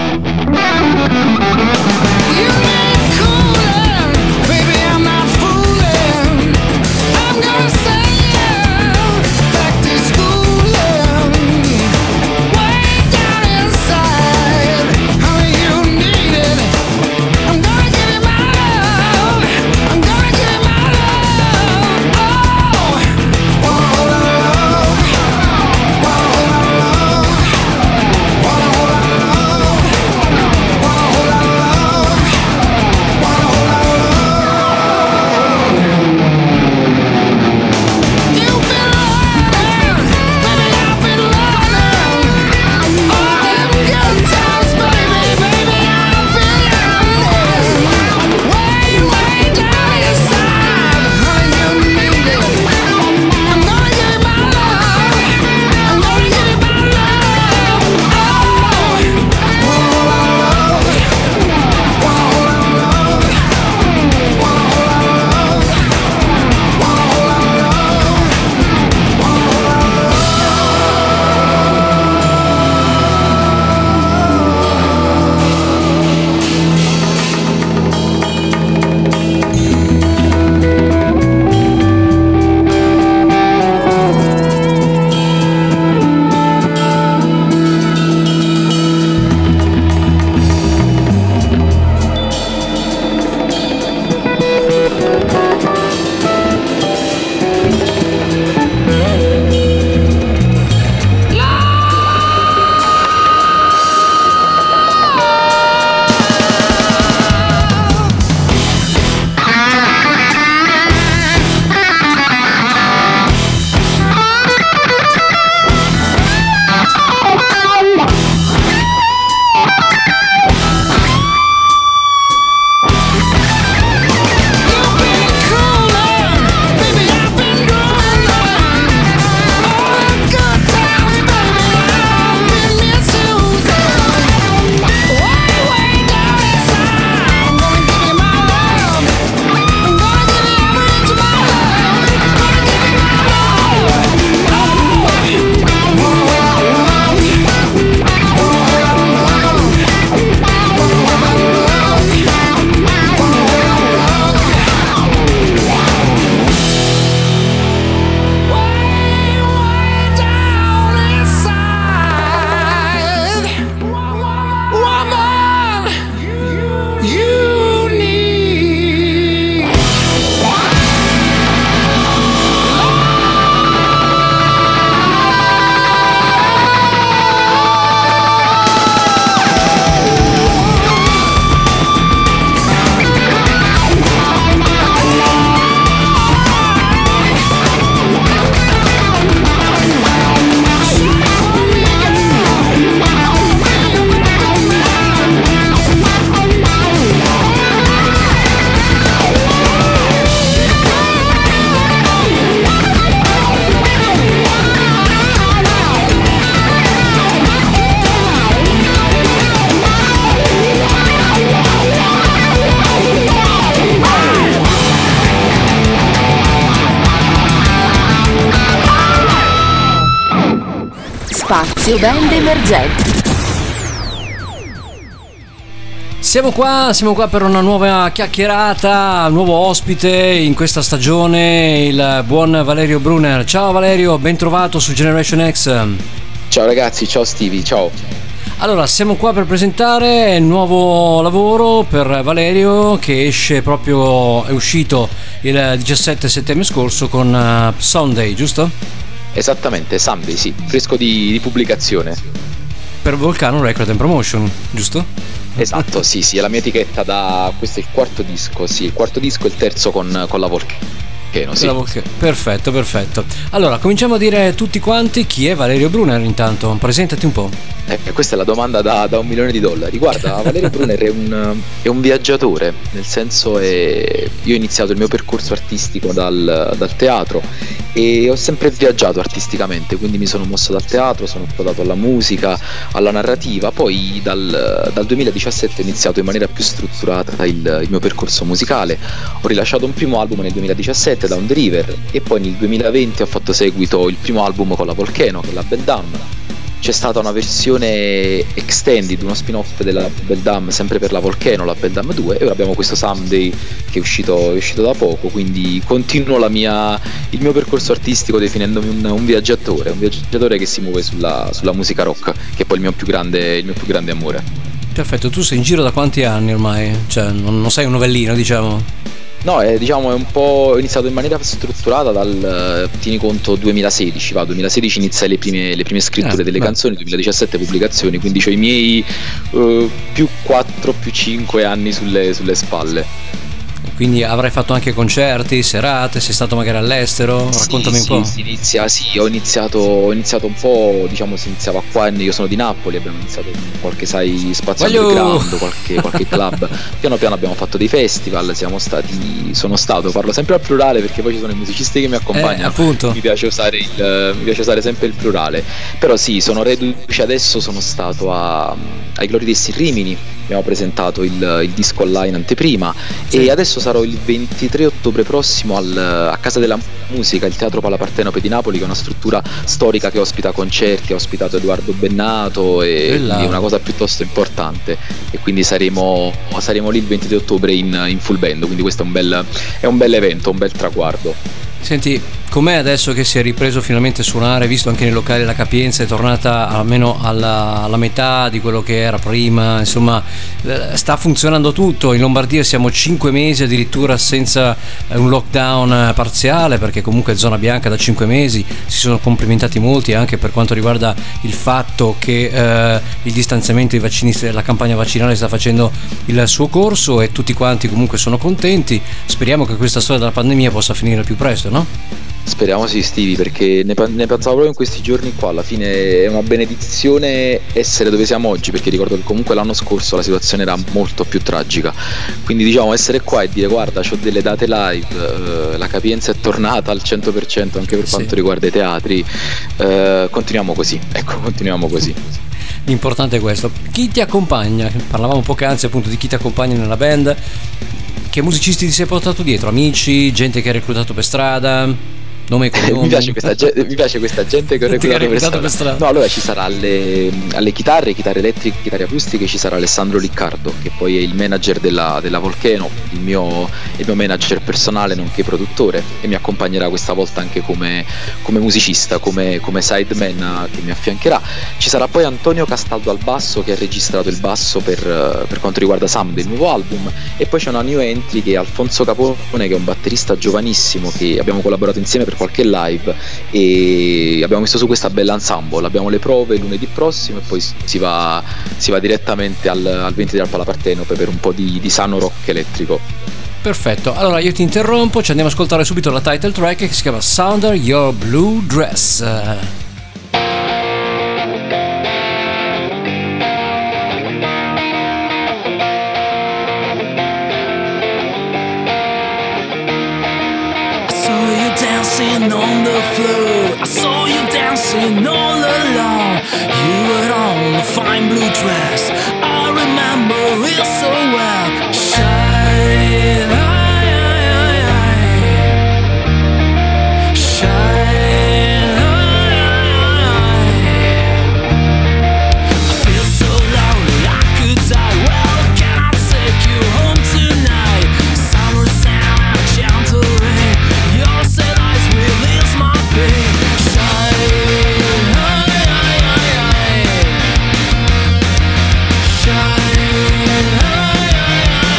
Spazio band emergenti. Siamo qua, siamo qua per una nuova chiacchierata, nuovo ospite in questa stagione, il buon Valerio Brunner. Ciao Valerio, ben trovato su Generation X. Ciao ragazzi, ciao Stevie, ciao. Allora, siamo qua per presentare il nuovo lavoro per Valerio che esce proprio, è uscito il diciassette settembre scorso con uh, Sunday, giusto? Esattamente, Sunday, sì, fresco di, di pubblicazione. Per Volcano Record and Promotion, giusto? Esatto, sì, sì, è la mia etichetta da... questo è il quarto disco, sì, il quarto disco e il terzo con, con la Volcano. Volcano, sì. La Volcano. Perfetto, perfetto. Allora, cominciamo a dire tutti quanti chi è Valerio Brunner intanto. Presentati un po'. Eh, questa è la domanda da, da un milione di dollari. Guarda, Valerio Brunner è un, è un viaggiatore, nel senso è... io ho iniziato il mio percorso artistico dal, dal teatro e ho sempre viaggiato artisticamente, quindi mi sono mosso dal teatro, sono approdato alla musica, alla narrativa, poi dal, dal duemiladiciassette ho iniziato in maniera più strutturata il, il mio percorso musicale. Ho rilasciato un primo album nel duemiladiciassette, Down the River, e poi nel duemilaventi ho fatto seguito il primo album con la Volcano, con la Beldam. C'è stata una versione extended, uno spin-off della Beldam sempre per la Volcano, la Beldam due, e ora abbiamo questo Someday che è uscito, è uscito da poco, quindi continuo la mia, il mio percorso artistico definendomi un, un viaggiatore, un viaggiatore che si muove sulla, sulla musica rock, che è poi il mio più grande, il mio più grande amore. Perfetto, tu sei in giro da quanti anni ormai? Cioè, non, non sei un novellino, diciamo? No, è, diciamo è un po' ho iniziato in maniera strutturata dal, tieni conto, duemilasedici, va, duemilasedici inizia le prime, le prime scritture eh, delle beh. canzoni, duemiladiciassette pubblicazioni, quindi ho i miei uh, più quattro, più cinque anni sulle, sulle spalle. Quindi avrai fatto anche concerti, serate, sei stato magari all'estero? Raccontami sì, un po'. Sì, si inizia, sì, ho iniziato, ho iniziato un po', diciamo, si iniziava qua, io sono di Napoli, abbiamo iniziato con qualche, sai, spazio Voglio... underground, qualche, qualche club. Piano piano abbiamo fatto dei festival, siamo stati, sono stato, parlo sempre al plurale perché poi ci sono i musicisti che mi accompagnano, eh, appunto. Mi piace usare il, mi piace usare sempre il plurale. Però sì, sono reduce adesso, sono stato a, ai Glory Days Rimini, abbiamo presentato il, il disco online anteprima, sì. E adesso sarò il ventitré ottobre prossimo al, a Casa della Musica, il Teatro Palapartenope di Napoli, che è una struttura storica che ospita concerti, ha ospitato Edoardo Bennato e quindi è una cosa piuttosto importante, e quindi saremo, saremo lì il ventitré ottobre in, in full band, quindi questo è un bel, è un bel evento, un bel traguardo. Senti, com'è adesso che si è ripreso finalmente a suonare, visto anche nei locali la capienza è tornata almeno alla, alla metà di quello che era prima, insomma sta funzionando tutto? In Lombardia siamo cinque mesi addirittura senza un lockdown parziale, perché comunque è zona bianca da cinque mesi, si sono complimentati molti anche per quanto riguarda il fatto che eh, il distanziamento dei vaccini, la campagna vaccinale sta facendo il suo corso e tutti quanti comunque sono contenti. Speriamo che questa storia della pandemia possa finire al più presto, no? Speriamo sì, Stevie, perché ne, ne pensavo proprio in questi giorni qua. Alla fine è una benedizione essere dove siamo oggi, perché ricordo che comunque l'anno scorso la situazione era molto più tragica, quindi diciamo essere qua e dire guarda, c'ho delle date live, eh, la capienza è tornata al cento per cento anche per quanto sì. riguarda i teatri, eh, continuiamo così, ecco, continuiamo così. L'importante è questo. Chi ti accompagna? Parlavamo poc'anzi appunto di chi ti accompagna nella band. Che musicisti ti sei portato dietro? Amici? Gente che hai reclutato per strada? Nome e cognome? mi, piace questa, mi piace questa gente che ho reclutato, per, strada. per strada. No, allora ci sarà alle, alle chitarre, chitarre elettriche, chitarre acustiche, ci sarà Alessandro Liccardo, che poi è il manager della, della Volcano, il mio, il mio manager personale nonché produttore, e mi accompagnerà questa volta anche come, come musicista, come, come sideman che mi affiancherà. Ci sarà poi Antonio Castaldo al basso, che ha registrato il basso per, per quanto riguarda Sam del nuovo album, e poi c'è una new entry che è Alfonso Capone, che è un batterista giovanissimo che abbiamo collaborato insieme per qualche live e abbiamo messo su questa bella ensemble. Abbiamo le prove lunedì prossimo e poi si va, si va direttamente al, al ventitré al Palapartenope per un po' di, di sano rock elettrico. Perfetto, allora io ti interrompo, ci andiamo a ascoltare subito la title track che si chiama Sounder Your Blue Dress. On the floor, I saw you dancing all alone. You were on a fine blue dress, I remember it so well. Shine, shine, I feel so lonely I could die. Well, can I take you home tonight? Summer sound and gentle rain, your sad eyes release my pain. Shine, shine,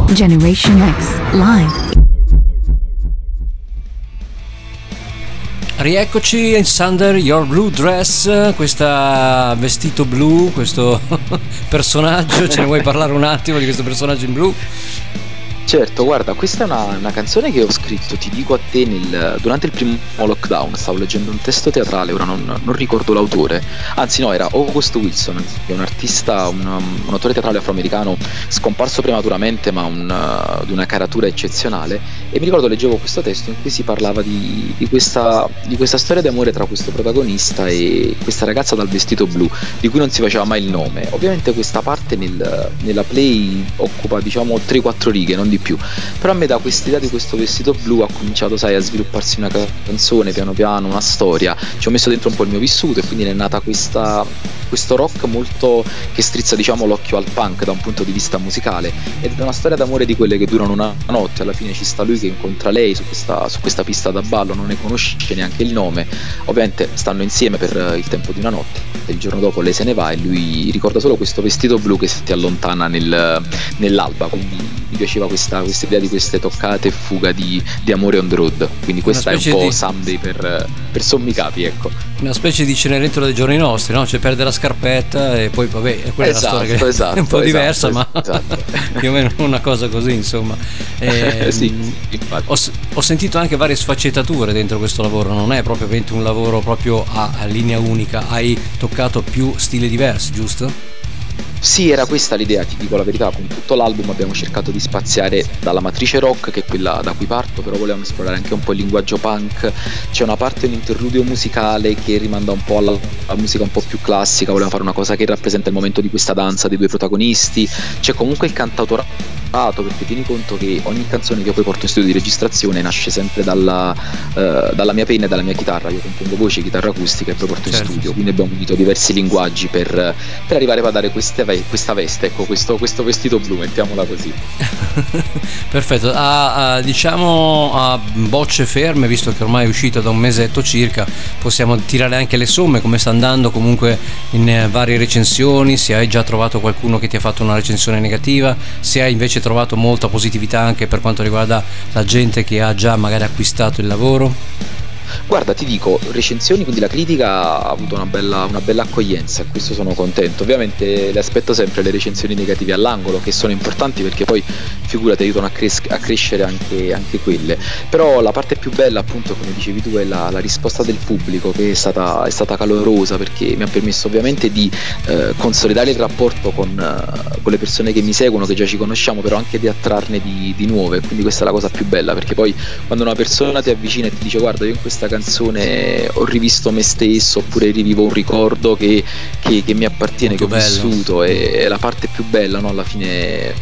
Generation X Live. Rieccoci in Thunder, Your Blue Dress, questo vestito blu, questo personaggio, ce ne vuoi parlare un attimo di questo personaggio in blu? Certo, guarda, questa è una, una canzone che ho scritto, ti dico a te, nel, durante il primo lockdown. Stavo leggendo un testo teatrale, ora non, non ricordo l'autore, anzi no, era August Wilson, che è un artista, un, un autore teatrale afroamericano scomparso prematuramente, ma un, uh, di una caratura eccezionale, e mi ricordo leggevo questo testo in cui si parlava di, di, questa, di questa storia d'amore tra questo protagonista e questa ragazza dal vestito blu, di cui non si faceva mai il nome. Ovviamente questa parte nel, nella play occupa, diciamo, tre quattro righe, non di più, però a me da quest'idea di questo vestito blu ha cominciato, sai, a svilupparsi una canzone piano piano, una storia, ci ho messo dentro un po' il mio vissuto e quindi ne è nata questa, questo rock molto che strizza, diciamo, l'occhio al punk da un punto di vista musicale, ed è una storia d'amore di quelle che durano una notte. Alla fine ci sta lui che incontra lei su questa, su questa pista da ballo, non ne conosce neanche il nome, ovviamente stanno insieme per il tempo di una notte e il giorno dopo lei se ne va e lui ricorda solo questo vestito blu che si allontana nel, nell'alba. Quindi mi piaceva questa, questa idea di queste toccate e fuga di, di amore on the road, quindi questa è un po' di... Someday per, per sommi capi, ecco. Una specie di Cenerentola dei giorni nostri, no? Cioè perde la scarpetta e poi vabbè, quella esatto, è una storia che esatto, è un po' esatto, diversa, esatto, ma esatto. più o meno una cosa così, insomma. E, sì, infatti. Ho, ho sentito anche varie sfaccettature dentro questo lavoro, non è propriamente un lavoro proprio a, a linea unica, hai toccato più stili diversi, giusto? Sì, era questa l'idea, ti dico la verità. Con tutto l'album abbiamo cercato di spaziare dalla matrice rock, che è quella da cui parto, però volevamo esplorare anche un po' il linguaggio punk. C'è una parte, un interludio musicale che rimanda un po' alla, alla musica un po' più classica, volevamo fare una cosa che rappresenta il momento di questa danza dei due protagonisti. C'è comunque il cantautorato, perché tieni conto che ogni canzone che io poi porto in studio di registrazione nasce sempre dalla, uh, dalla mia penna e dalla mia chitarra. Io compongo voce, chitarra acustica e poi porto certo. in studio, quindi abbiamo unito diversi linguaggi per, per arrivare a dare queste questa veste, ecco, questo, questo vestito blu, mettiamola così. Perfetto. A, a, diciamo a bocce ferme, visto che ormai è uscito da un mesetto circa, possiamo tirare anche le somme, come sta andando comunque in eh, varie recensioni, se hai già trovato qualcuno che ti ha fatto una recensione negativa, se hai invece trovato molta positività anche per quanto riguarda la gente che ha già magari acquistato il lavoro. Guarda, ti dico, recensioni, quindi la critica ha avuto una bella, una bella accoglienza, e questo sono contento. Ovviamente le aspetto sempre le recensioni negative all'angolo, che sono importanti perché poi, figurati, aiutano a, cres- a crescere anche, anche quelle. Però la parte più bella, appunto, come dicevi tu, è la, la risposta del pubblico, che è stata, è stata calorosa, perché mi ha permesso ovviamente di eh, consolidare il rapporto con, uh, con le persone che mi seguono, che già ci conosciamo, però anche di attrarne di, di nuove. Quindi questa è la cosa più bella, perché poi quando una persona ti avvicina e ti dice guarda, io in questa canzone ho rivisto me stesso, oppure rivivo un ricordo che, che, che mi appartiene, molto che ho bello. Vissuto, e è la parte più bella, no? Alla fine, e,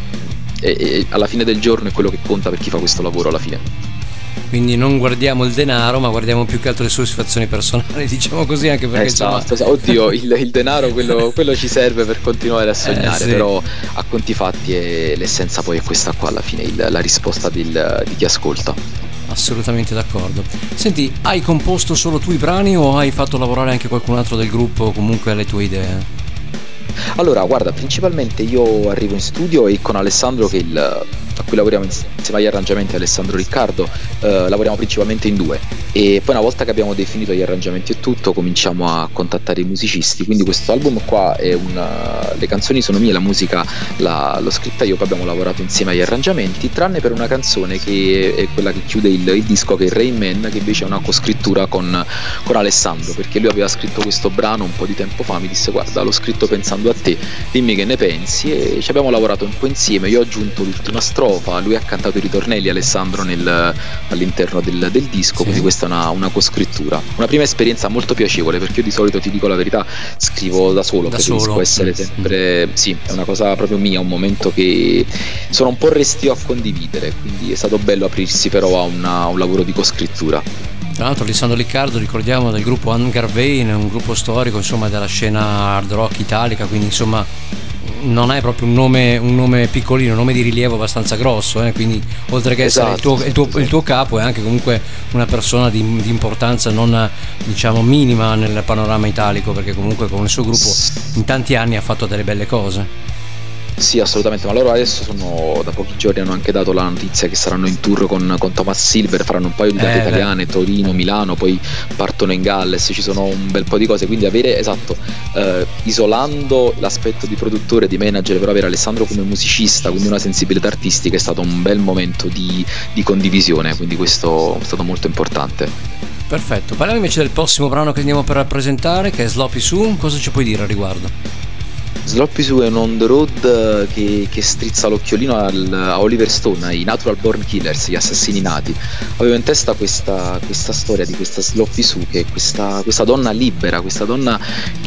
e, alla fine del giorno è quello che conta per chi fa questo lavoro alla fine. Quindi non guardiamo il denaro, ma guardiamo più che altro le soddisfazioni personali, diciamo così, anche perché esatto, insomma... oddio, il, il denaro quello, quello ci serve per continuare a sognare, eh, sì. Però a conti fatti è, l'essenza poi è questa qua alla fine, il, la risposta del, di chi ascolta. Assolutamente d'accordo. Senti, hai composto solo tu i brani o hai fatto lavorare anche qualcun altro del gruppo comunque alle tue idee? Allora, guarda, principalmente io arrivo in studio e con Alessandro, che è il, a cui lavoriamo insieme agli arrangiamenti, Alessandro Riccardo, eh, lavoriamo principalmente in due, e poi una volta che abbiamo definito gli arrangiamenti e tutto cominciamo a contattare i musicisti. Quindi questo album qua è una, le canzoni sono mie, la musica la, l'ho scritta io, poi abbiamo lavorato insieme agli arrangiamenti, tranne per una canzone che è quella che chiude il, il disco, che è Rain Man, che invece è una coscrittura con, con Alessandro, perché lui aveva scritto questo brano un po' di tempo fa, mi disse guarda, l'ho scritto pensando a te, dimmi che ne pensi, e ci abbiamo lavorato un po' insieme. Io ho aggiunto l'ultima strofa, lui ha cantato i ritornelli, Alessandro, nel, all'interno del, del disco, sì. Quindi questa è una, una coscrittura, una prima esperienza molto piacevole, perché io di solito, ti dico la verità, scrivo da solo, da preferisco solo. essere sempre mm. sì, è una cosa proprio mia, un momento che sono un po' restio a condividere, quindi è stato bello aprirsi però a, una, a un lavoro di coscrittura. Tra l'altro Alessandro Riccardo, ricordiamo, del gruppo Hangar Vein, un gruppo storico insomma della scena hard rock italica, quindi insomma non è proprio un nome, un nome piccolino, un nome di rilievo abbastanza grosso, eh? Quindi oltre che essere esatto, il, tuo, il, tuo, il tuo capo è anche comunque una persona di, di importanza non diciamo minima nel panorama italico, perché comunque con il suo gruppo in tanti anni ha fatto delle belle cose. Sì, assolutamente, ma loro adesso sono, da pochi giorni hanno anche dato la notizia che saranno in tour con, con Thomas Silver, faranno un paio di date Eh, italiane, Torino, Milano, poi partono in Galles, ci sono un bel po' di cose, quindi avere, esatto, eh, isolando l'aspetto di produttore, di manager, però avere Alessandro come musicista, quindi una sensibilità artistica, è stato un bel momento di, di condivisione, quindi questo è stato molto importante. Perfetto, parliamo invece del prossimo brano che andiamo per presentare, che è Sloppy Sue. Cosa ci puoi dire a riguardo? Sloppy Sue è un on the road che, che strizza l'occhiolino al, a Oliver Stone, ai Natural Born Killers, gli assassini nati. Avevo in testa questa, questa storia di questa Sloppy Sue, che è questa, questa donna libera, questa donna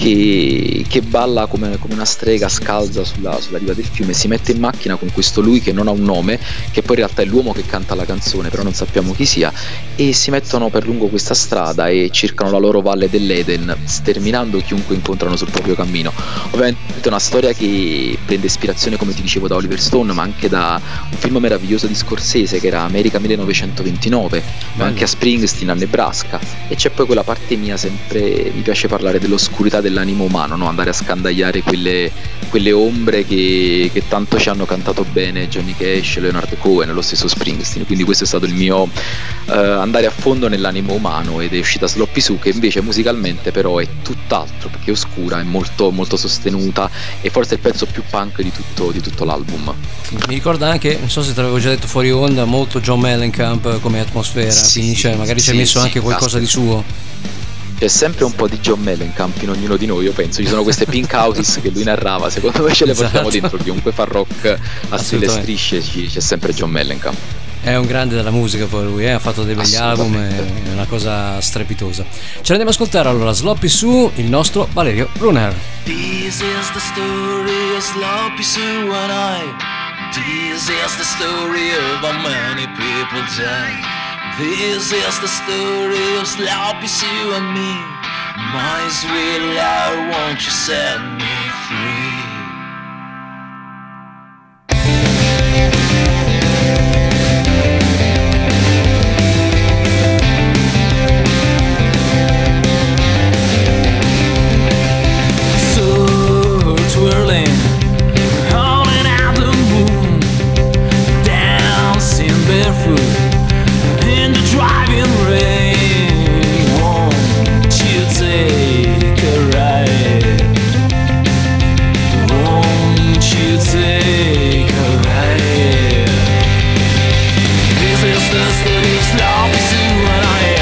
che, che balla come, come una strega scalza sulla, sulla riva del fiume, si mette in macchina con questo lui che non ha un nome, che poi in realtà è l'uomo che canta la canzone, però non sappiamo chi sia, e si mettono per lungo questa strada e cercano la loro valle dell'Eden, sterminando chiunque incontrano sul proprio cammino. Ovviamente una storia che prende ispirazione, come ti dicevo, da Oliver Stone, ma anche da un film meraviglioso di Scorsese che era America millenovecentoventinove, Bello. ma anche a Springsteen, a Nebraska. E c'è poi quella parte mia, sempre mi piace parlare dell'oscurità dell'animo umano, no? Andare a scandagliare quelle, quelle ombre che, che tanto ci hanno cantato bene Johnny Cash, Leonard Cohen, lo stesso Springsteen. Quindi questo è stato il mio eh, andare a fondo nell'animo umano, ed è uscita Sloppy Sue, che invece musicalmente però è tutt'altro, perché è oscura, è molto, molto sostenuta, e forse è il pezzo più punk di tutto, di tutto l'album. Mi ricorda anche, non so se te l'avevo già detto fuori onda, molto John Mellencamp come atmosfera, Sì, quindi cioè, magari ci sì, hai messo sì, anche qualcosa aspetta. di suo. C'è sempre un po' di John Mellencamp in ognuno di noi, io penso. Ci sono queste pink houses che lui narrava, secondo me ce le portiamo Esatto. dentro. Chiunque fa rock a stile Assolutamente. strisce, ci- c'è sempre John Mellencamp. È un grande della musica poi lui, eh? Ha fatto dei begli album, Assolutamente. è una cosa strepitosa. Ce l'andiamo ad ascoltare allora, Sloppy Sue, il nostro Valerio Brunner. This is the story of Sloppy Sue and I. This is the story of how many people die. This is the story of Sloppy Sue and me. My sweet love, won't you set me free? So twirling, howling at the moon, dancing barefoot in the driving rain. Won't you take a ride? Won't you take a ride? This is the story of Sloppy Sue and I.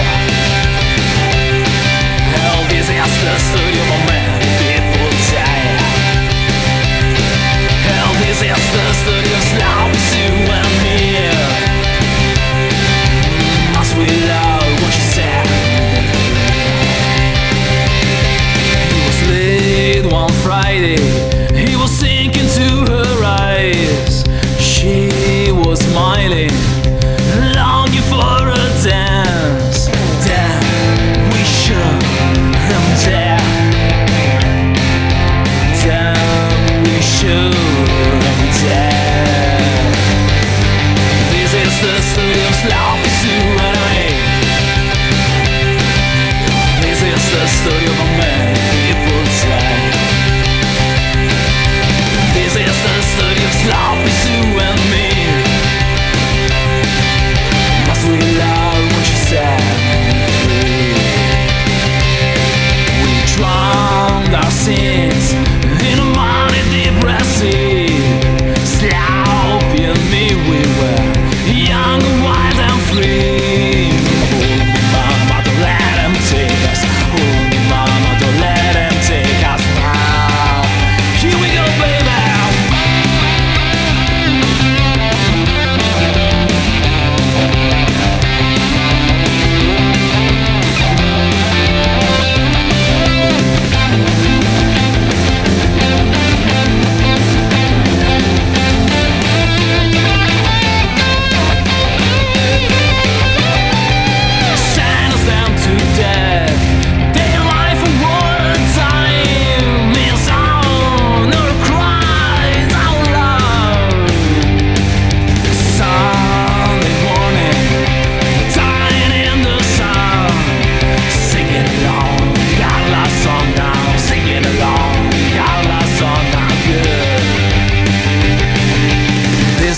Hell, this is the story of a man people die. Hell, this is the story of Sloppy Sue and me. My sweet love, what you said. He was late one Friday. He was sinking to her eyes. She was smiling, longing for a dance. Then we shook him down. Then we shook him down. This is the story of Sloppy Sue and I. This is the story of a man people die. This is the story of Sloppy Sue and me. My sweet love.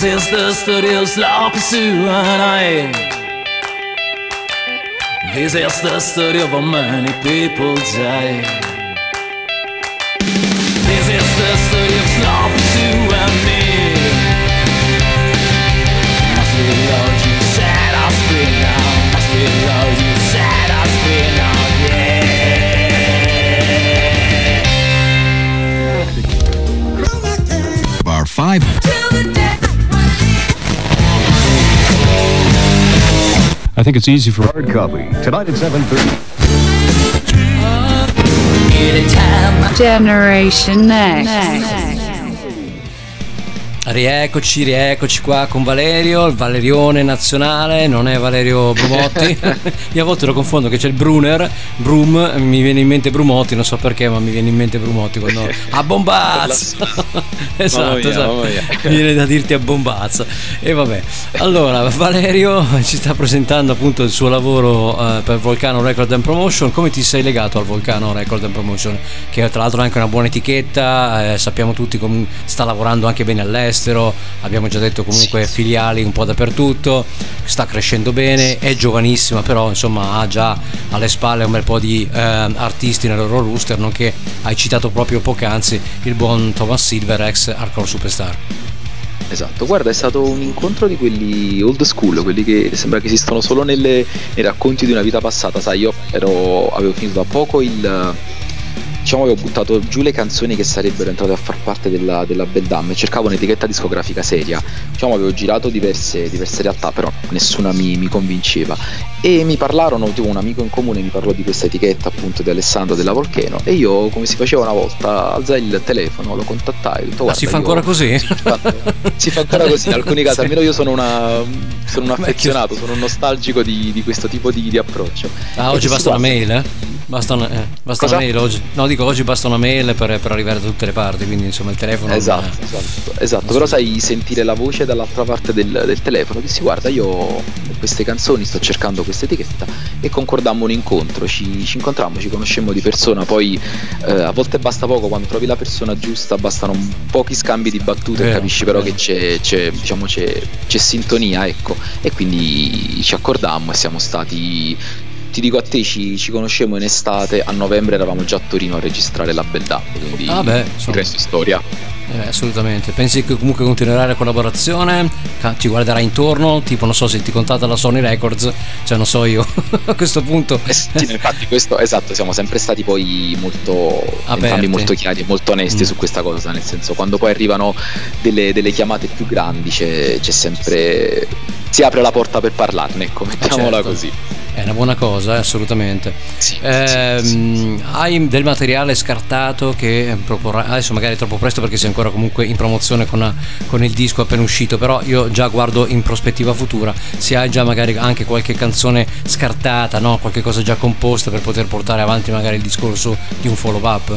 This is the studio slow pursuit, this is the studio where many people die. This is the studio slow pursuit and me. Must be Lord, you said I'll spring now. Must be Lord, you said I'll spring now, yeah. Bar five. I think it's easy for Hard copy. Tonight at seven thirty. Generation Next. Rieccoci, rieccoci qua con Valerio, il Valerione nazionale, non è Valerio Brumotti. Io a volte lo confondo, che c'è il Brunner, Brum, mi viene in mente Brumotti, non so perché, ma mi viene in mente Brumotti quando a bombazzo. Esatto, mia, esatto. Mi viene da dirti a bombazzo. E vabbè. Allora, Valerio ci sta presentando appunto il suo lavoro uh, per Volcano Record and Promotion. Come ti sei legato al Volcano Record and Promotion? Che tra l'altro è anche una buona etichetta, eh, sappiamo tutti come sta lavorando anche bene all'estero. Abbiamo già detto comunque sì, filiali un po' dappertutto, sta crescendo bene, è giovanissima, però insomma ha già alle spalle un bel po' di eh, artisti nel loro roster, nonché hai citato proprio poc'anzi il buon Thomas Silver, ex Hardcore Superstar. Esatto, guarda, è stato un incontro di quelli old school, quelli che sembra che esistono solo nelle, nei racconti di una vita passata. Sai, io ero, avevo finito da poco il... diciamo avevo buttato giù le canzoni che sarebbero entrate a far parte della, della Beldam e cercavo un'etichetta discografica seria. Diciamo avevo girato diverse, diverse realtà, però nessuna mi, mi convinceva, e mi parlarono, tipo un amico in comune mi parlò di questa etichetta appunto di Alessandro della Volcano, e io, come si faceva una volta, alzai il telefono, lo contattai, ho detto, ah, si fa ancora io, così? Si fa ancora così, in alcuni casi, almeno io sono una sono un affezionato, sono un nostalgico di, di questo tipo di, di approccio. Ah, oggi basta una mail, eh? Basta una, eh, basta una mail oggi. No, dico oggi basta una mail per, per arrivare da tutte le parti, quindi insomma il telefono. Esatto, è... esatto, esatto. Però sai, sentire la voce dall'altra parte del, del telefono, dissi guarda, io ho queste canzoni, sto cercando questa etichetta, e concordammo un incontro, ci, ci incontrammo, ci conoscemmo di persona, poi eh, a volte basta poco, quando trovi la persona giusta bastano pochi scambi di battute, vero, e capisci però vero. che c'è, c'è, diciamo, c'è, c'è sintonia, ecco, e quindi ci accordammo e siamo stati... Ti dico a te, ci, ci conoscemmo in estate, a novembre eravamo già a Torino a registrare la Beldam, quindi ah beh, il resto è storia. Eh, assolutamente. Pensi che comunque continuerai la collaborazione? Ti guarderai intorno? Tipo, non so, se ti contatta la Sony Records, cioè non so io a questo punto. Eh sì, infatti questo, esatto, siamo sempre stati poi molto aperti, entrambi molto chiari e molto onesti mm. su questa cosa, nel senso, quando poi arrivano delle, delle chiamate più grandi c'è, c'è sempre, si apre la porta per parlarne, ecco, mettiamola certo. così. È una buona cosa, eh, assolutamente. Sì, eh, sì, sì, sì. Hai del materiale scartato che proporrai? Adesso magari è troppo presto perché sei ancora comunque in promozione con, con il disco appena uscito, però io già guardo in prospettiva futura. Se hai già magari anche qualche canzone scartata, no? Qualche cosa già composta per poter portare avanti magari il discorso di un follow up.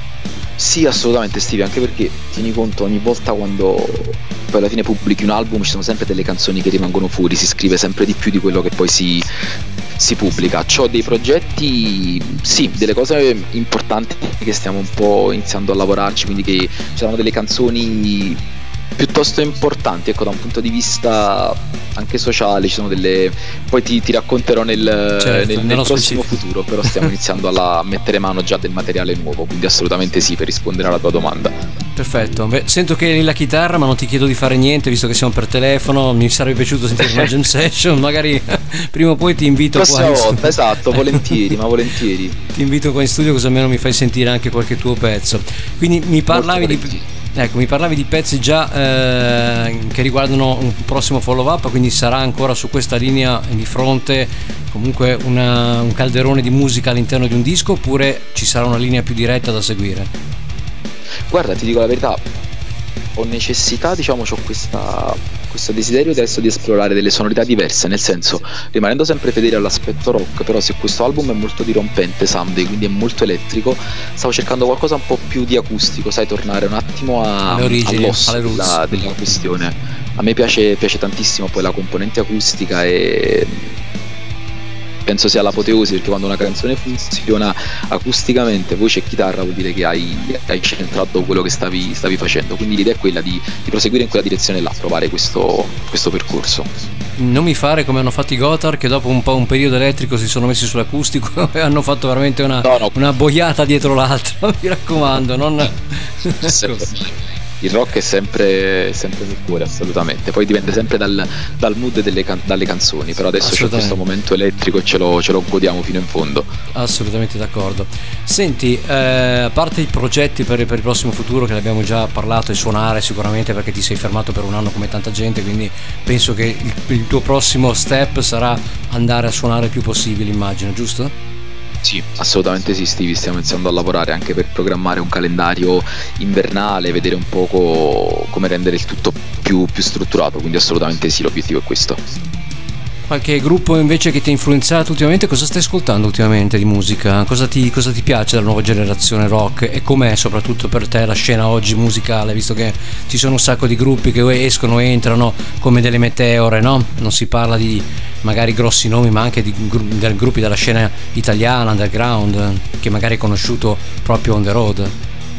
Sì, assolutamente Steve, anche perché tieni conto, ogni volta quando poi alla fine pubblichi un album ci sono sempre delle canzoni che rimangono fuori, si scrive sempre di più di quello che poi si, si pubblica. C'ho dei progetti, sì, delle cose importanti che stiamo un po' iniziando a lavorarci, quindi che ci saranno delle canzoni piuttosto importanti, ecco, da un punto di vista anche sociale, ci sono delle, poi ti, ti racconterò nel, certo, nel, nel prossimo futuro, però stiamo iniziando a mettere mano già del materiale nuovo, quindi assolutamente sì, per rispondere alla tua domanda. Perfetto. Beh, sento che hai la chitarra, ma non ti chiedo di fare niente visto che siamo per telefono. Mi sarebbe piaciuto sentire una jam session, magari prima o poi ti invito prossima qua in volta, studio. esatto, volentieri, ma volentieri. Ti invito qua in studio, così almeno mi fai sentire anche qualche tuo pezzo. Quindi mi parlavi di Ecco, mi parlavi di pezzi già eh, che riguardano un prossimo follow up, quindi sarà ancora su questa linea di fronte comunque una, un calderone di musica all'interno di un disco, oppure ci sarà una linea più diretta da seguire? Guarda, ti dico la verità, ho necessità, diciamo, ho questa, questo desiderio adesso di esplorare delle sonorità diverse, nel senso, rimanendo sempre fedele all'aspetto rock, però se questo album è molto dirompente, Someday, quindi è molto elettrico, stavo cercando qualcosa un po' più di acustico, sai, tornare un attimo a, alle origini, all'osso alle roots della, della questione. A me piace, piace tantissimo poi la componente acustica, e penso sia l'apoteosi, perché quando una canzone funziona acusticamente, voce e chitarra, vuol dire che hai, hai centrato quello che stavi, stavi facendo, quindi l'idea è quella di, di proseguire in quella direzione là, provare questo, questo percorso. Non mi fare come hanno fatto i Gothard, che dopo un po' un periodo elettrico si sono messi sull'acustico e hanno fatto veramente una, no, no. una boiata dietro l'altra. Mi raccomando, non... Il rock è sempre, sempre nel cuore, assolutamente. Poi dipende sempre dal, dal mood delle can- dalle canzoni. Però adesso c'è questo momento elettrico e ce lo, ce lo godiamo fino in fondo. Assolutamente d'accordo. Senti, eh, a parte i progetti per, per il prossimo futuro, che ne abbiamo già parlato, e suonare sicuramente, perché ti sei fermato per un anno come tanta gente, quindi penso che il, il tuo prossimo step sarà andare a suonare il più possibile, immagino, giusto? Sì, assolutamente sì, Stevie, stiamo iniziando a lavorare anche per programmare un calendario invernale, vedere un po' come rendere il tutto più, più strutturato, quindi assolutamente sì, l'obiettivo è questo. Qualche gruppo invece che ti ha influenzato ultimamente? Cosa stai ascoltando ultimamente di musica? Cosa ti, cosa ti piace della nuova generazione rock? E com'è soprattutto per te la scena oggi musicale, visto che ci sono un sacco di gruppi che escono e entrano come delle meteore, no? Non si parla di magari grossi nomi, ma anche di, di gruppi della scena italiana, underground, che magari hai conosciuto proprio on the road.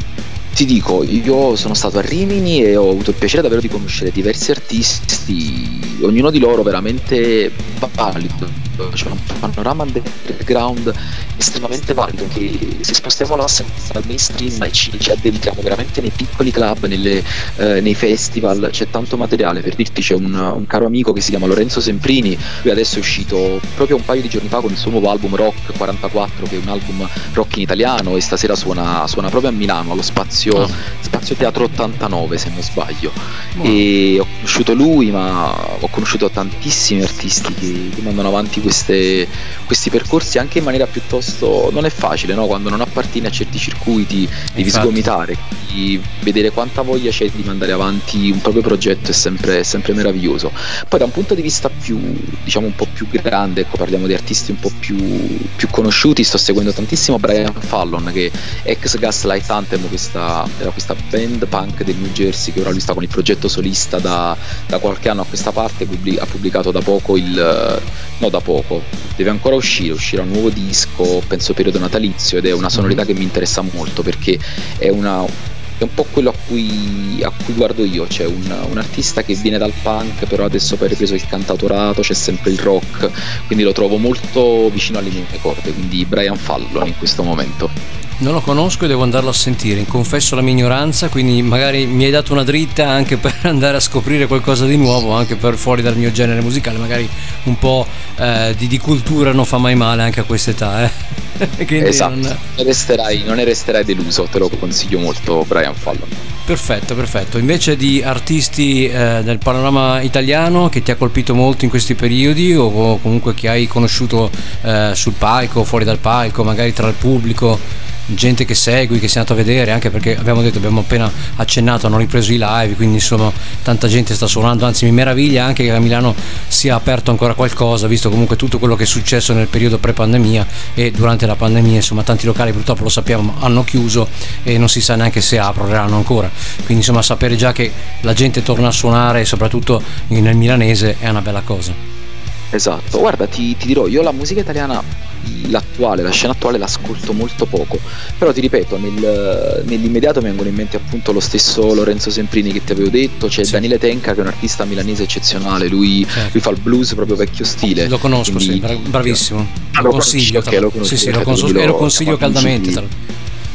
Ti dico, io sono stato a Rimini e ho avuto il piacere davvero di conoscere diversi artisti, ognuno di loro veramente valido, c'è un panorama underground estremamente valido, che se spostiamo la dal mainstream e ci, ci addentiamo veramente nei piccoli club, nelle, eh, nei festival, c'è tanto materiale. Per dirti, c'è un, un caro amico che si chiama Lorenzo Semprini, lui adesso è uscito proprio un paio di giorni fa con il suo nuovo album Rock quarantaquattro, che è un album rock in italiano, e stasera suona, suona proprio a Milano allo spazio, oh. spazio Teatro ottantanove, se non sbaglio. Oh. E ho conosciuto lui, ma ho conosciuto tantissimi artisti che, che mandano avanti queste, questi percorsi anche in maniera piuttosto, non è facile, no? Quando non appartieni a certi circuiti devi Infatti. sgomitare, quindi vedere quanta voglia c'è di mandare avanti un proprio progetto è sempre, è sempre meraviglioso. Poi da un punto di vista più, diciamo un po' più grande, ecco, parliamo di artisti un po' più, più conosciuti, sto seguendo tantissimo Brian Fallon, che è ex Gaslight Anthem, questa, era questa band punk del New Jersey, che ora lui sta con il progetto solista da, da qualche anno a questa parte, ha pubblicato da poco il... no da poco, deve ancora uscire, uscirà un nuovo disco, penso periodo natalizio, ed è una sonorità che mi interessa molto, perché è una... è un po' quello a cui, a cui guardo io, cioè un, un artista che viene dal punk, però adesso poi ha ripreso il cantautorato, c'è sempre il rock, quindi lo trovo molto vicino alle mie corde, quindi Brian Fallon in questo momento. Non lo conosco e devo andarlo a sentire, confesso la mia ignoranza, quindi magari mi hai dato una dritta anche per andare a scoprire qualcosa di nuovo, anche per fuori dal mio genere musicale, magari un po' eh, di, di cultura non fa mai male anche a quest'età, eh? Quindi esatto, non... non, ne resterai, non ne resterai deluso, te lo consiglio molto Brian Fallon. Perfetto, perfetto. Invece di artisti eh, del panorama italiano che ti ha colpito molto in questi periodi, o comunque che hai conosciuto eh, sul palco, fuori dal palco, magari tra il pubblico, gente che segui, che sei andato a vedere, anche perché abbiamo detto, abbiamo appena accennato, hanno ripreso i live, quindi insomma tanta gente sta suonando, anzi mi meraviglia anche che a Milano sia aperto ancora qualcosa, visto comunque tutto quello che è successo nel periodo pre-pandemia e durante la pandemia, insomma tanti locali purtroppo, lo sappiamo, hanno chiuso e non si sa neanche se apriranno ancora, quindi insomma sapere già che la gente torna a suonare, soprattutto nel milanese, è una bella cosa. Esatto, guarda, ti, ti dirò, io la musica italiana, l'attuale, la scena attuale l'ascolto molto poco, però ti ripeto, nel, nell'immediato mi vengono in mente appunto lo stesso Lorenzo Semprini che ti avevo detto, c'è sì. Daniele Tenca, che è un artista milanese eccezionale, lui, sì. lui fa il blues proprio vecchio stile. Lo conosco, quindi, sì, bravissimo, lo, lo consiglio, okay, lo sì, sì, lo, cons- lo, lo consiglio caldamente tra...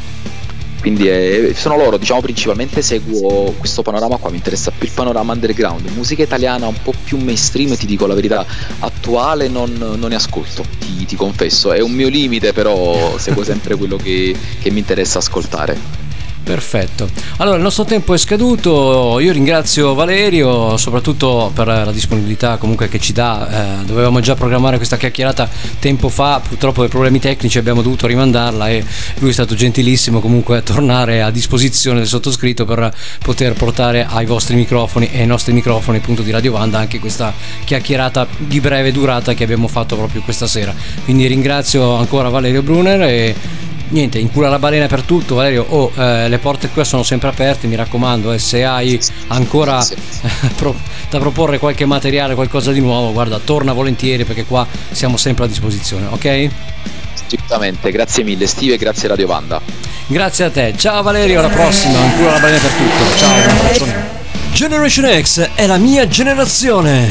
Quindi è, sono loro, diciamo, principalmente seguo questo panorama qua, mi interessa più il panorama underground. Musica italiana un po' più mainstream, ti dico la verità, attuale non, non ne ascolto, ti, ti confesso, è un mio limite, però seguo sempre quello che, che mi interessa ascoltare. Perfetto, allora il nostro tempo è scaduto, io ringrazio Valerio soprattutto per la disponibilità comunque che ci dà, eh, dovevamo già programmare questa chiacchierata tempo fa, purtroppo per problemi tecnici abbiamo dovuto rimandarla e lui è stato gentilissimo comunque a tornare a disposizione del sottoscritto per poter portare ai vostri microfoni e ai nostri microfoni appunto di Radio Vanda anche questa chiacchierata di breve durata che abbiamo fatto proprio questa sera, quindi ringrazio ancora Valerio Brunner e niente, incula la balena per tutto, Valerio. Oh, eh, le porte qua sono sempre aperte, mi raccomando, eh, se hai ancora pro- da proporre qualche materiale, qualcosa di nuovo, guarda, torna volentieri, perché qua siamo sempre a disposizione, ok? Sicuramente, grazie mille Steve e grazie Radio Vanda. Grazie a te, ciao Valerio, alla prossima, incula la balena per tutto, ciao, un abbraccione. Generation X è la mia generazione.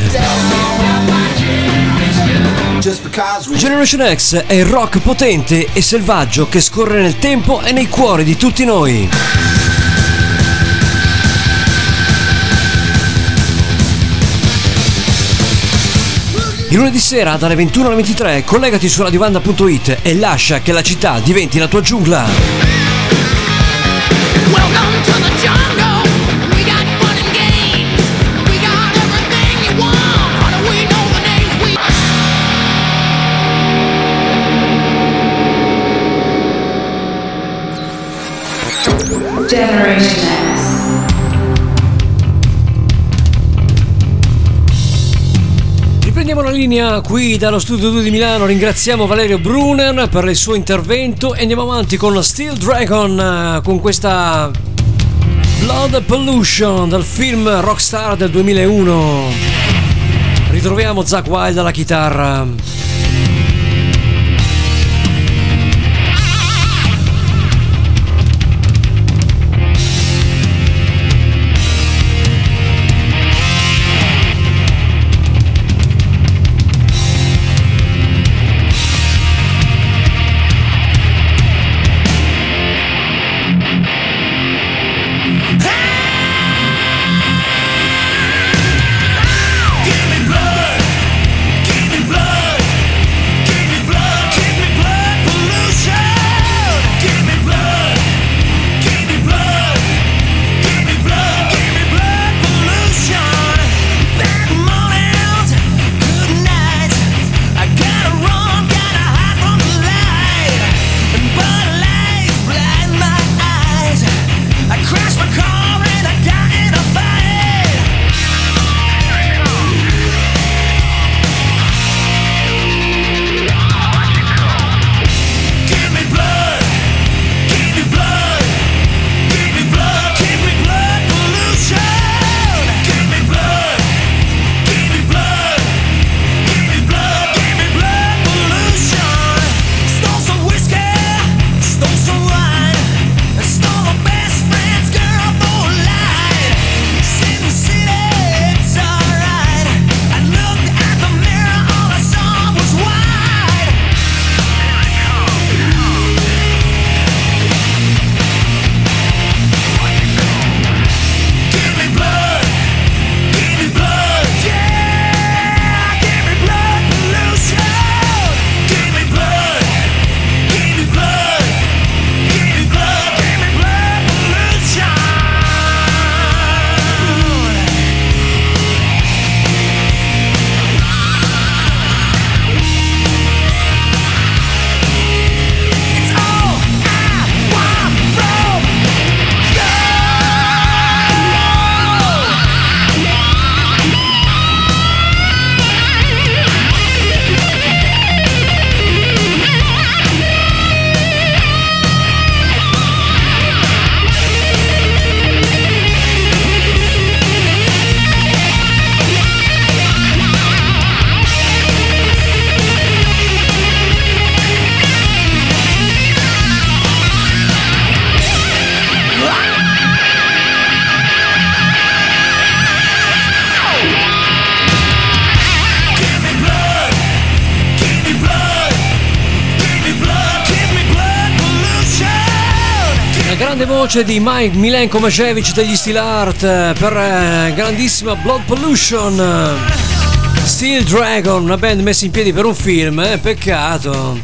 Generation X è il rock potente e selvaggio che scorre nel tempo e nei cuori di tutti noi. Il lunedì sera dalle ventuno alle ventitré collegati su radiovanda punto it e lascia che la città diventi la tua giungla. Welcome to the jungle. We got fun and games. We got everything you want. How do we know the names? We Generation X. Riprendiamo la linea qui dallo studio due di Milano, ringraziamo Valerio Brunner per il suo intervento e andiamo avanti con Steel Dragon, con questa Blood Pollution dal film Rockstar del duemilauno. Ritroviamo Zakk Wylde alla chitarra. Grande voce di Mike Milenko Majewicz degli Steel Art per eh, grandissima Blood Pollution. Steel Dragon, una band messa in piedi per un film, eh? Peccato.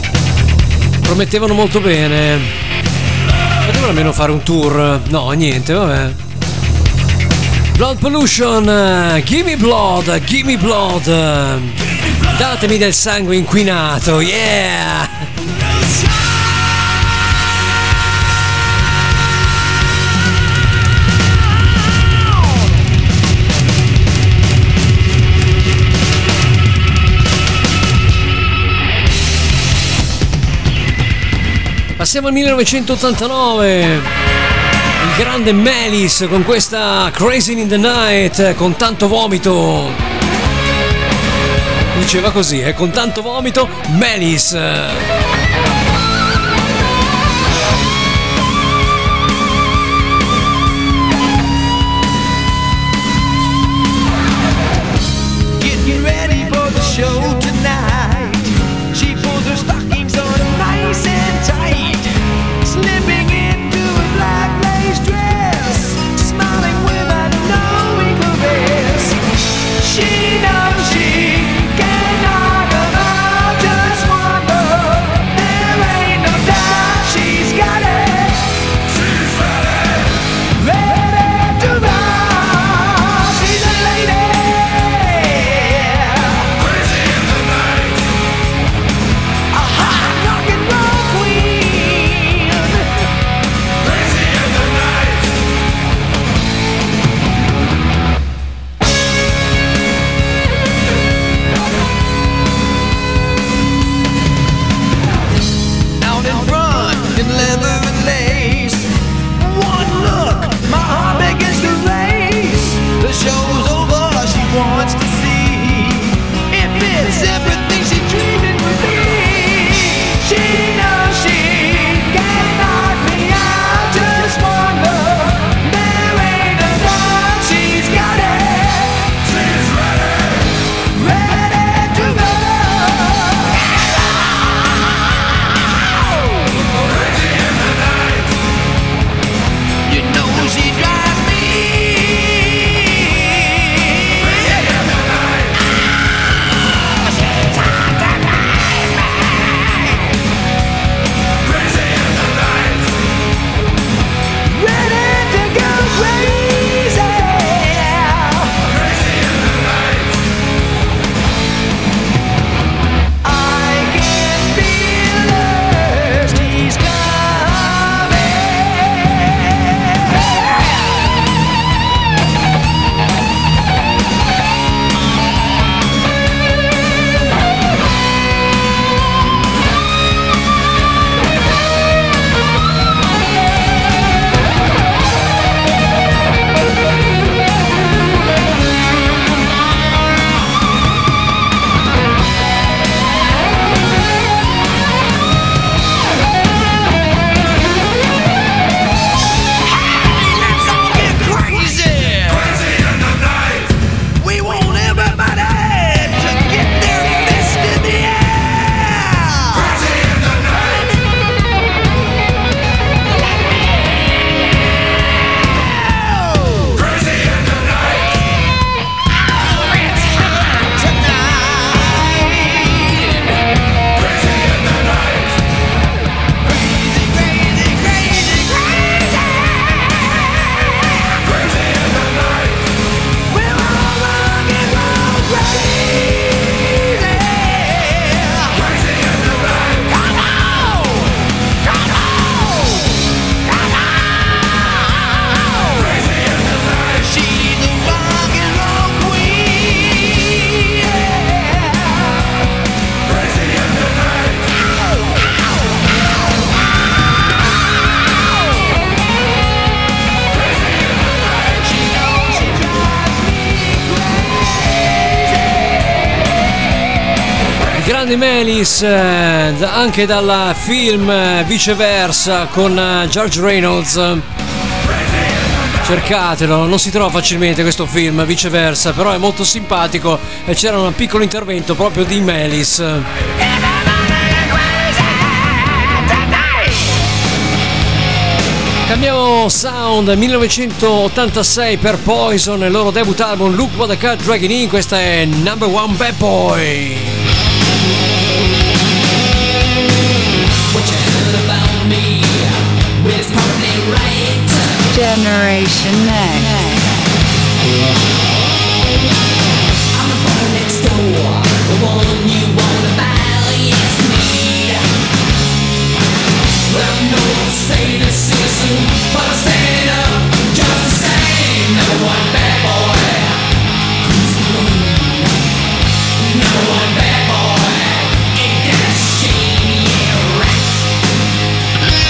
Promettevano molto bene. Potevano almeno fare un tour. No, niente, vabbè. Blood Pollution, gimme blood, gimme blood. Datemi del sangue inquinato, yeah! Passiamo al millenovecentottantanove. Il grande Melis con questa Crazy in the Night, con tanto vomito. Diceva così, eh, con tanto vomito, Melis. Getting ready for the show tonight. She pulls her stockings on nice and tight, slipping into a black lace dress, smiling with a knowing caress. She knows she can knock 'em out, just one look. There ain't no doubt she's got it. She's ready, ready to rock. She's a lady. Show's over, she wants to see if it's everything she dreamed it would be. She knows she can knock me out, just one look. There ain't a doubt she's got it. She's ready, ready to go. Crazy in the night. You know she drives me. Grande Melis, eh, anche dal film eh, Viceversa con eh, George Reynolds. Cercatelo, non si trova facilmente questo film Viceversa, però è molto simpatico e c'era un piccolo intervento proprio di Melis. Cambiamo sound, millenovecentottantasei per Poison, il loro debut album Look What the Cat Dragging In, questa è Number One Bad Boy. Generation Next. I'm the boy next door, the one you wanna buy, yes me. Well, I'm no status citizen, but I'm standing up just the same. Number one bad boy, number one bad boy, ain't that a shame, yeah right.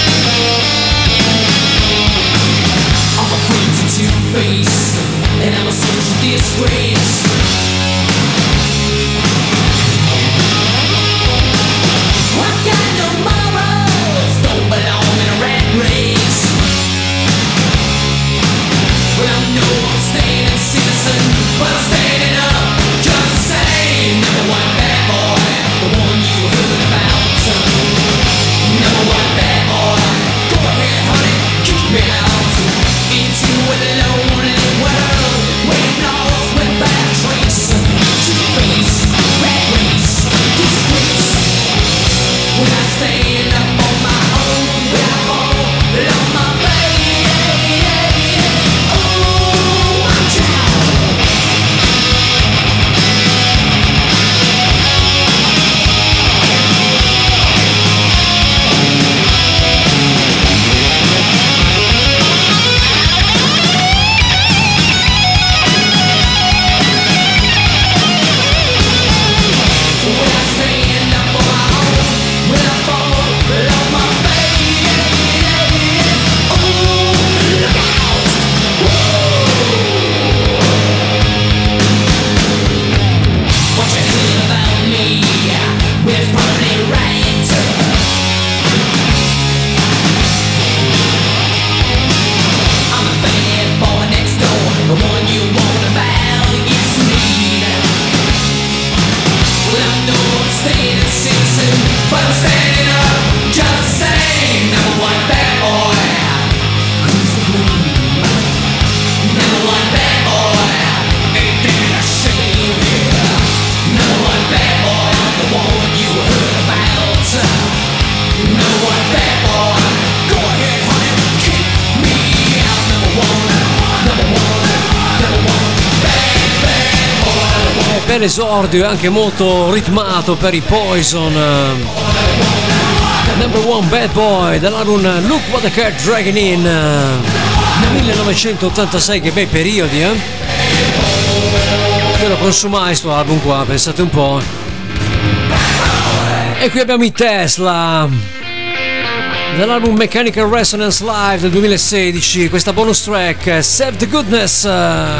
bel esordio e anche molto ritmato per i Poison. Number One Bad Boy dall'album Look What the Cat Dragging In nel millenovecentottantasei. Che bei periodi, eh? Io lo consumai sto album qua, pensate un po'. E qui abbiamo i Tesla dall'album Mechanical Resonance Live del duemilasedici, questa bonus track Save the Goodness,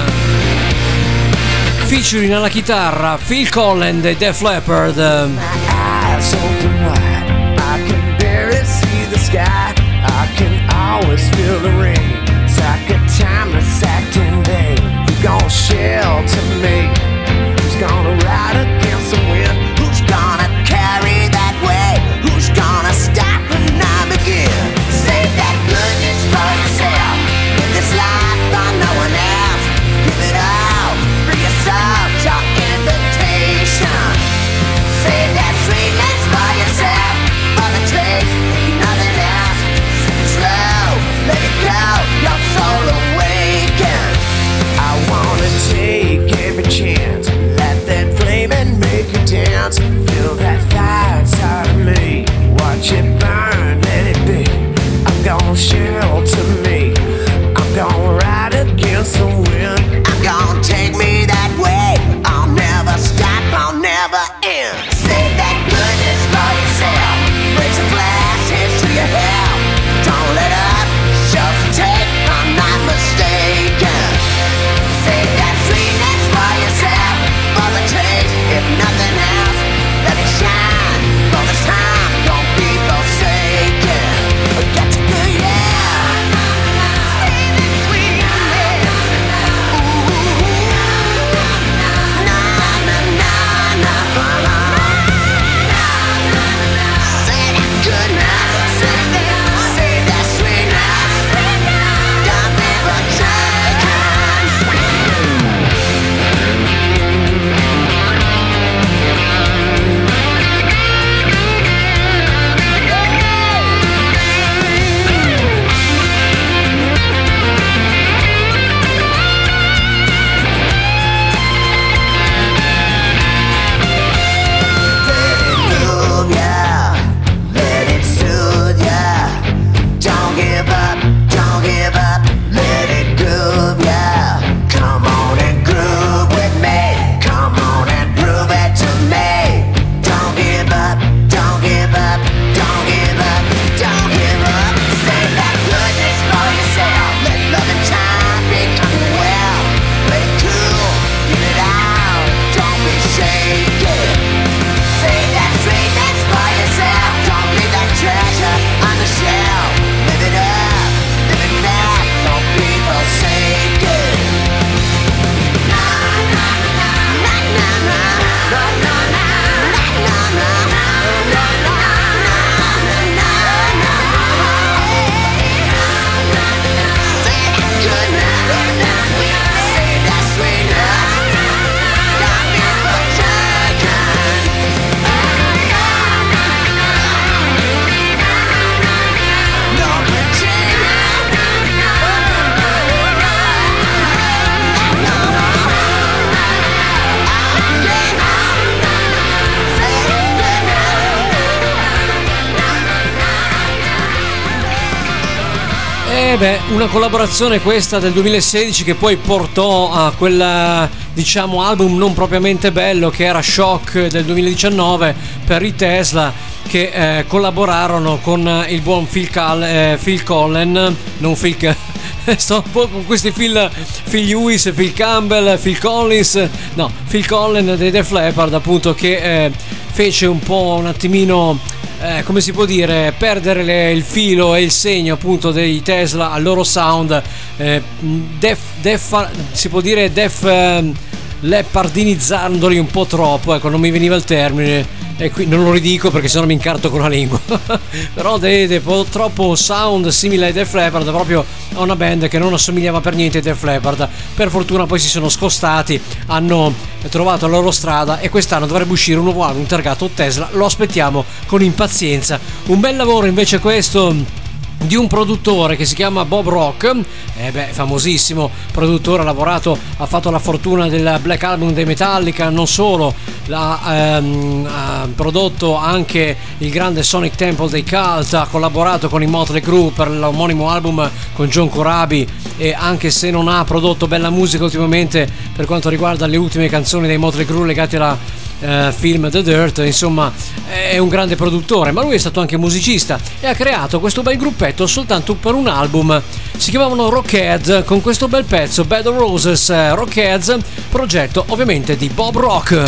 featuring alla chitarra Phil Collins e Def Leppard. Eyes open wide, I can barely see the sky. I can always feel the rain. It's like a timeless acting day. Who's gonna shelter me? Who's gonna ride against the wind? Who's gonna carry that weight? Who's gonna stop when I begin? Save that goodness for yourself. Live this life for no one else. Give it all for yourself. Your invitation. Save that sweetness for yourself. For the taste, nothing else. Slow, let it go. Your soul awaken. I wanna take every chance. Let that flame and make you dance. Feel that fire inside of me. Watch it burn, let it be. I'm gonna shelter me. I'm gonna ride against the wind. I'm gonna take me that way. I'll never stop, I'll never end. Save that goodness for yourself. Raise a glass, hands to your health. Don't let up, show some take, I'm not mistaken. Save that sweetness for yourself. For the taste, if nothing else, let it shine. For this time, don't be forsaken. We got to go, yeah. Save that sweetness. Ooh. Na na na na na. Save that goodness. Save that, save that sweetness. Don't be forsaken. Let it move ya, let it soothe ya. Don't give up, don't give up, let it groove ya. Come on and groove with me, come on and prove it to me. Don't give up, don't give up, don't give up, don't give up. Save that goodness for yourself. Let love and time become your well. Let it cool, give it out, don't be shaken. Save that sweetness for yourself. Don't leave that treasure on the shelf. Live it up, live it now. Don't be forsaken. Na na na na na na na na na na na na na. Save that goodness, save that sweetness. Don't be forsaken. No E beh, una collaborazione questa del duemilasedici che poi portò a quel, diciamo, album non propriamente bello che era Shock del duemiladiciannove per i Tesla, che eh, collaborarono con il buon Phil, Cal- eh, Phil Collins, non Phil Ca- sto un po' con questi Phil, Phil Lewis, Phil Campbell, Phil Collins, no, Phil Collins dei Def Leppard, appunto, che eh, fece un po' un attimino Eh, come si può dire, perdere le, il filo e il segno appunto dei Tesla al loro sound, eh, def, def, si può dire def eh, leppardinizzandoli un po' troppo, ecco, non mi veniva il termine e qui non lo ridico perché sennò mi incarto con la lingua però de, de, troppo sound simile ai Def Leppard, proprio a una band che non assomigliava per niente ai Def Leppard. Per fortuna poi si sono scostati, hanno trovato la loro strada e quest'anno dovrebbe uscire un nuovo album targato Tesla, lo aspettiamo con impazienza. Un bel lavoro invece questo di un produttore che si chiama Bob Rock, eh beh, famosissimo produttore, ha lavorato, ha fatto la fortuna del Black Album dei Metallica, non solo, l'ha, ehm, ha prodotto anche il grande Sonic Temple dei Cult, ha collaborato con i Motley Crue per l'omonimo album con John Corabi, e anche se non ha prodotto bella musica ultimamente per quanto riguarda le ultime canzoni dei Motley Crue legate alla Uh, film The Dirt, insomma è un grande produttore, ma lui è stato anche musicista e ha creato questo bel gruppetto soltanto per un album. Si chiamavano Rockheads, con questo bel pezzo Bed of Roses. Rockheads, progetto ovviamente di Bob Rock.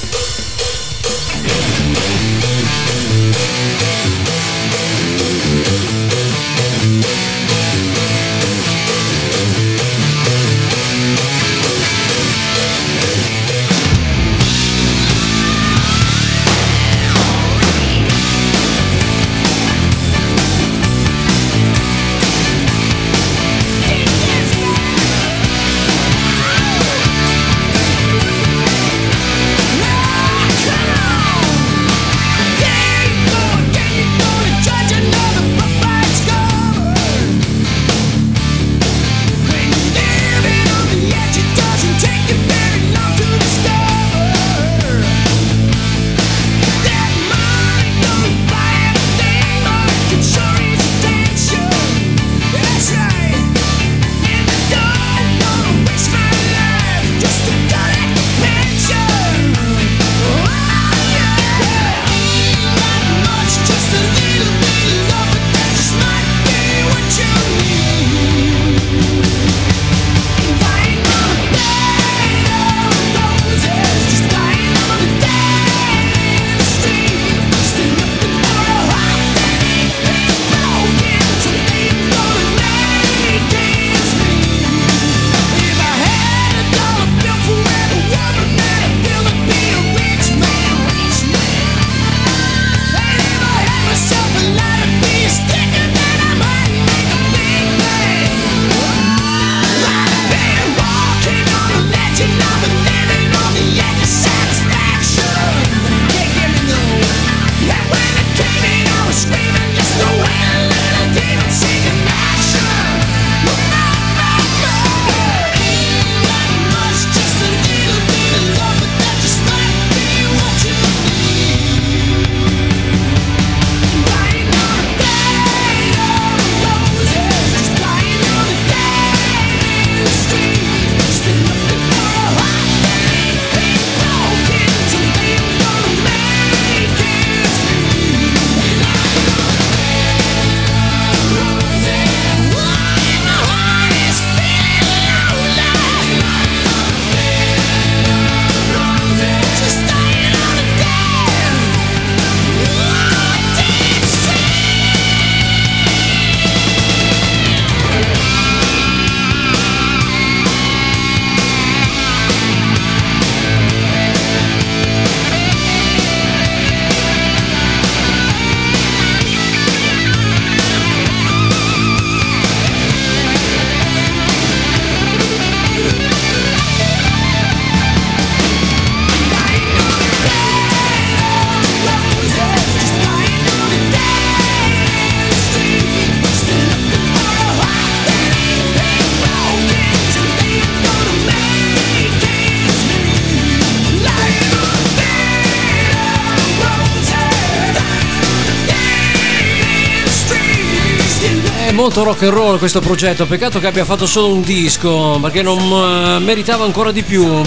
Molto rock and roll questo progetto, peccato che abbia fatto solo un disco perché non uh, meritava ancora di più.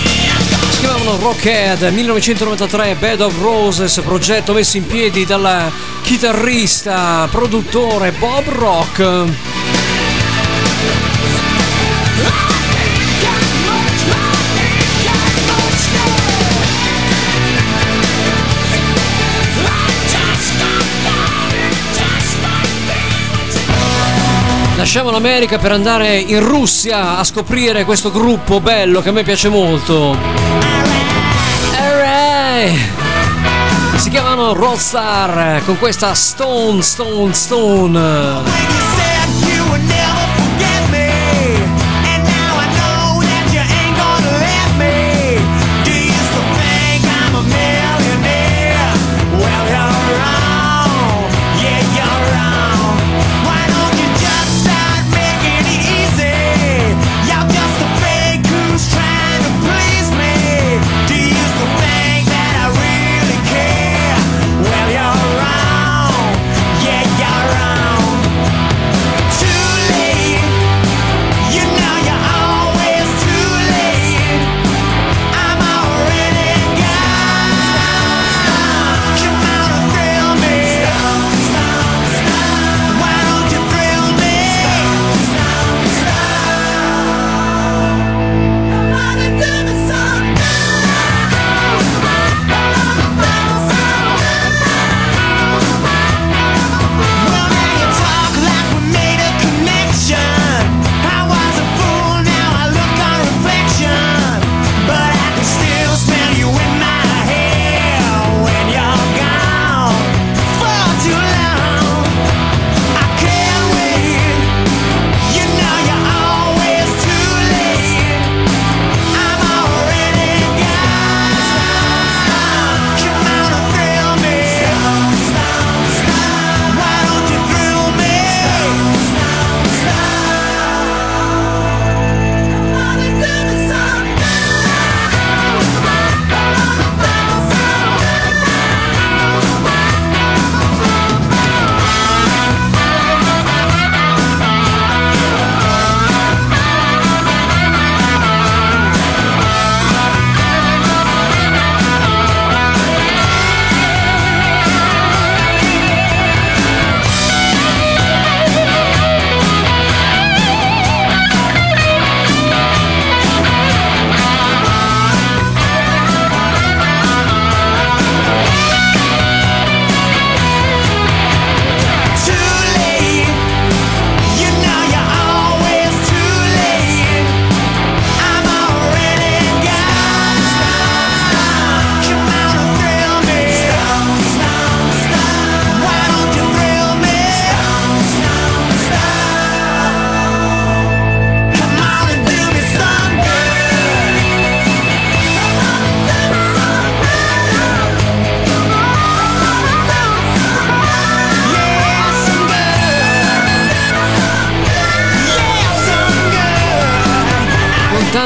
Si chiamavano Rockhead, millenovecentonovantatré, Bed of Roses, progetto messo in piedi dal chitarrista, produttore Bob Rock. Lasciamo l'America per andare in Russia a scoprire questo gruppo bello che a me piace molto. Alright. Si chiamano Roadstar con questa Stone Stone Stone. Well, you're wrong, yeah, you're wrong. Why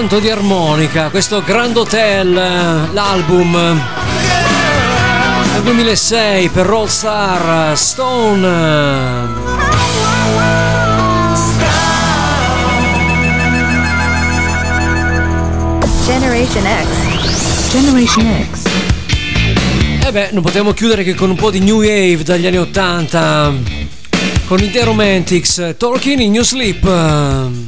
tanto di armonica, questo Grand Hotel, l'album del duemilasei per Roll Star, Stone. Generation X. Generation X. E beh, non potevamo chiudere che con un po' di New Wave dagli anni ottanta, con i The Romantics, Talking in Your Sleep.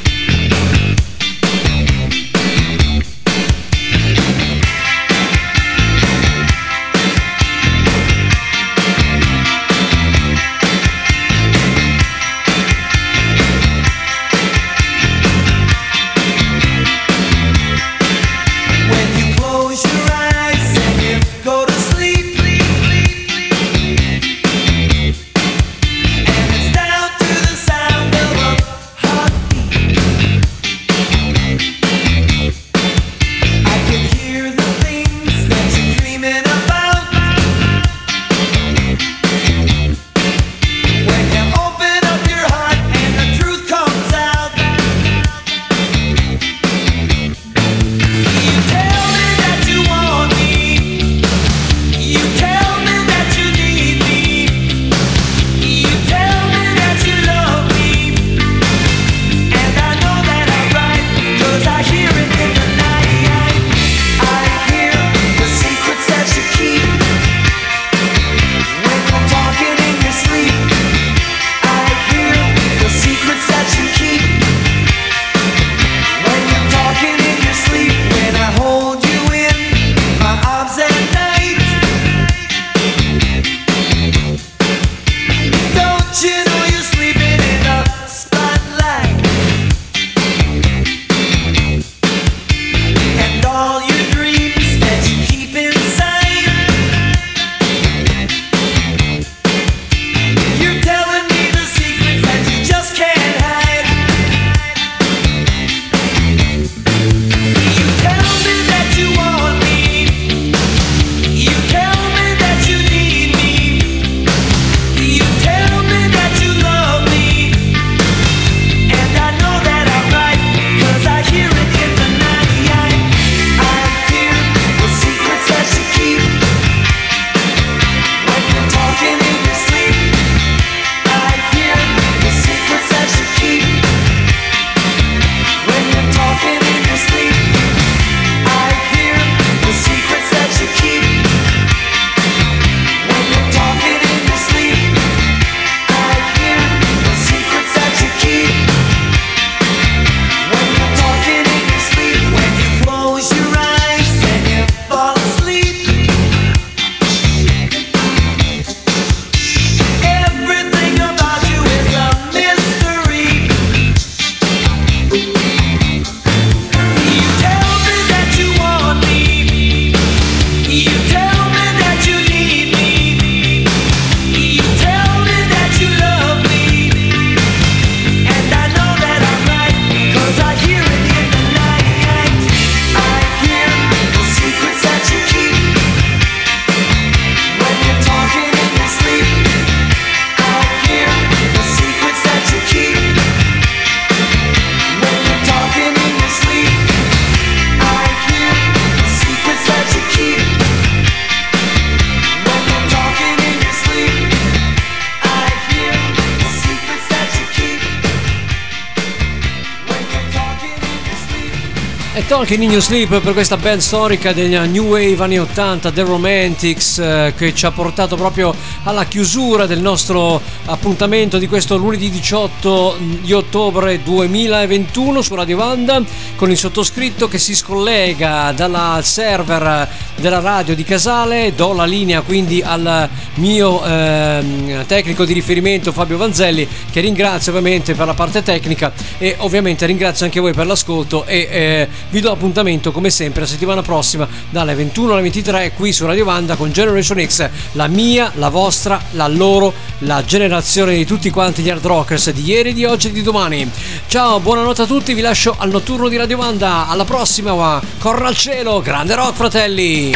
Talking in Your Sleep per questa band storica degli New Wave anni ottanta, The Romantics, eh, che ci ha portato proprio alla chiusura del nostro appuntamento di questo lunedì diciotto di ottobre duemilaventuno su Radio Vanda, con il sottoscritto che si scollega dal server della radio di Casale. Do la linea quindi al mio eh, tecnico di riferimento Fabio Vanzelli, che ringrazio ovviamente per la parte tecnica, e ovviamente ringrazio anche voi per l'ascolto, e eh, vi do appuntamento come sempre la settimana prossima dalle ventuno alle ventitré qui su Radio Vanda con Generation X, la mia, la vostra, la loro, la generazione di tutti quanti gli hard rockers di ieri, di oggi e di domani. Ciao, buonanotte a tutti, vi lascio al notturno di Radio Vanda, alla prossima, corra al cielo, grande rock fratelli.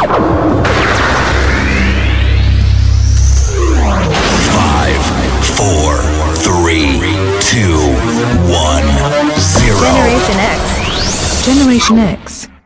five, four, three, two, one, zero. Generation X. Generation X.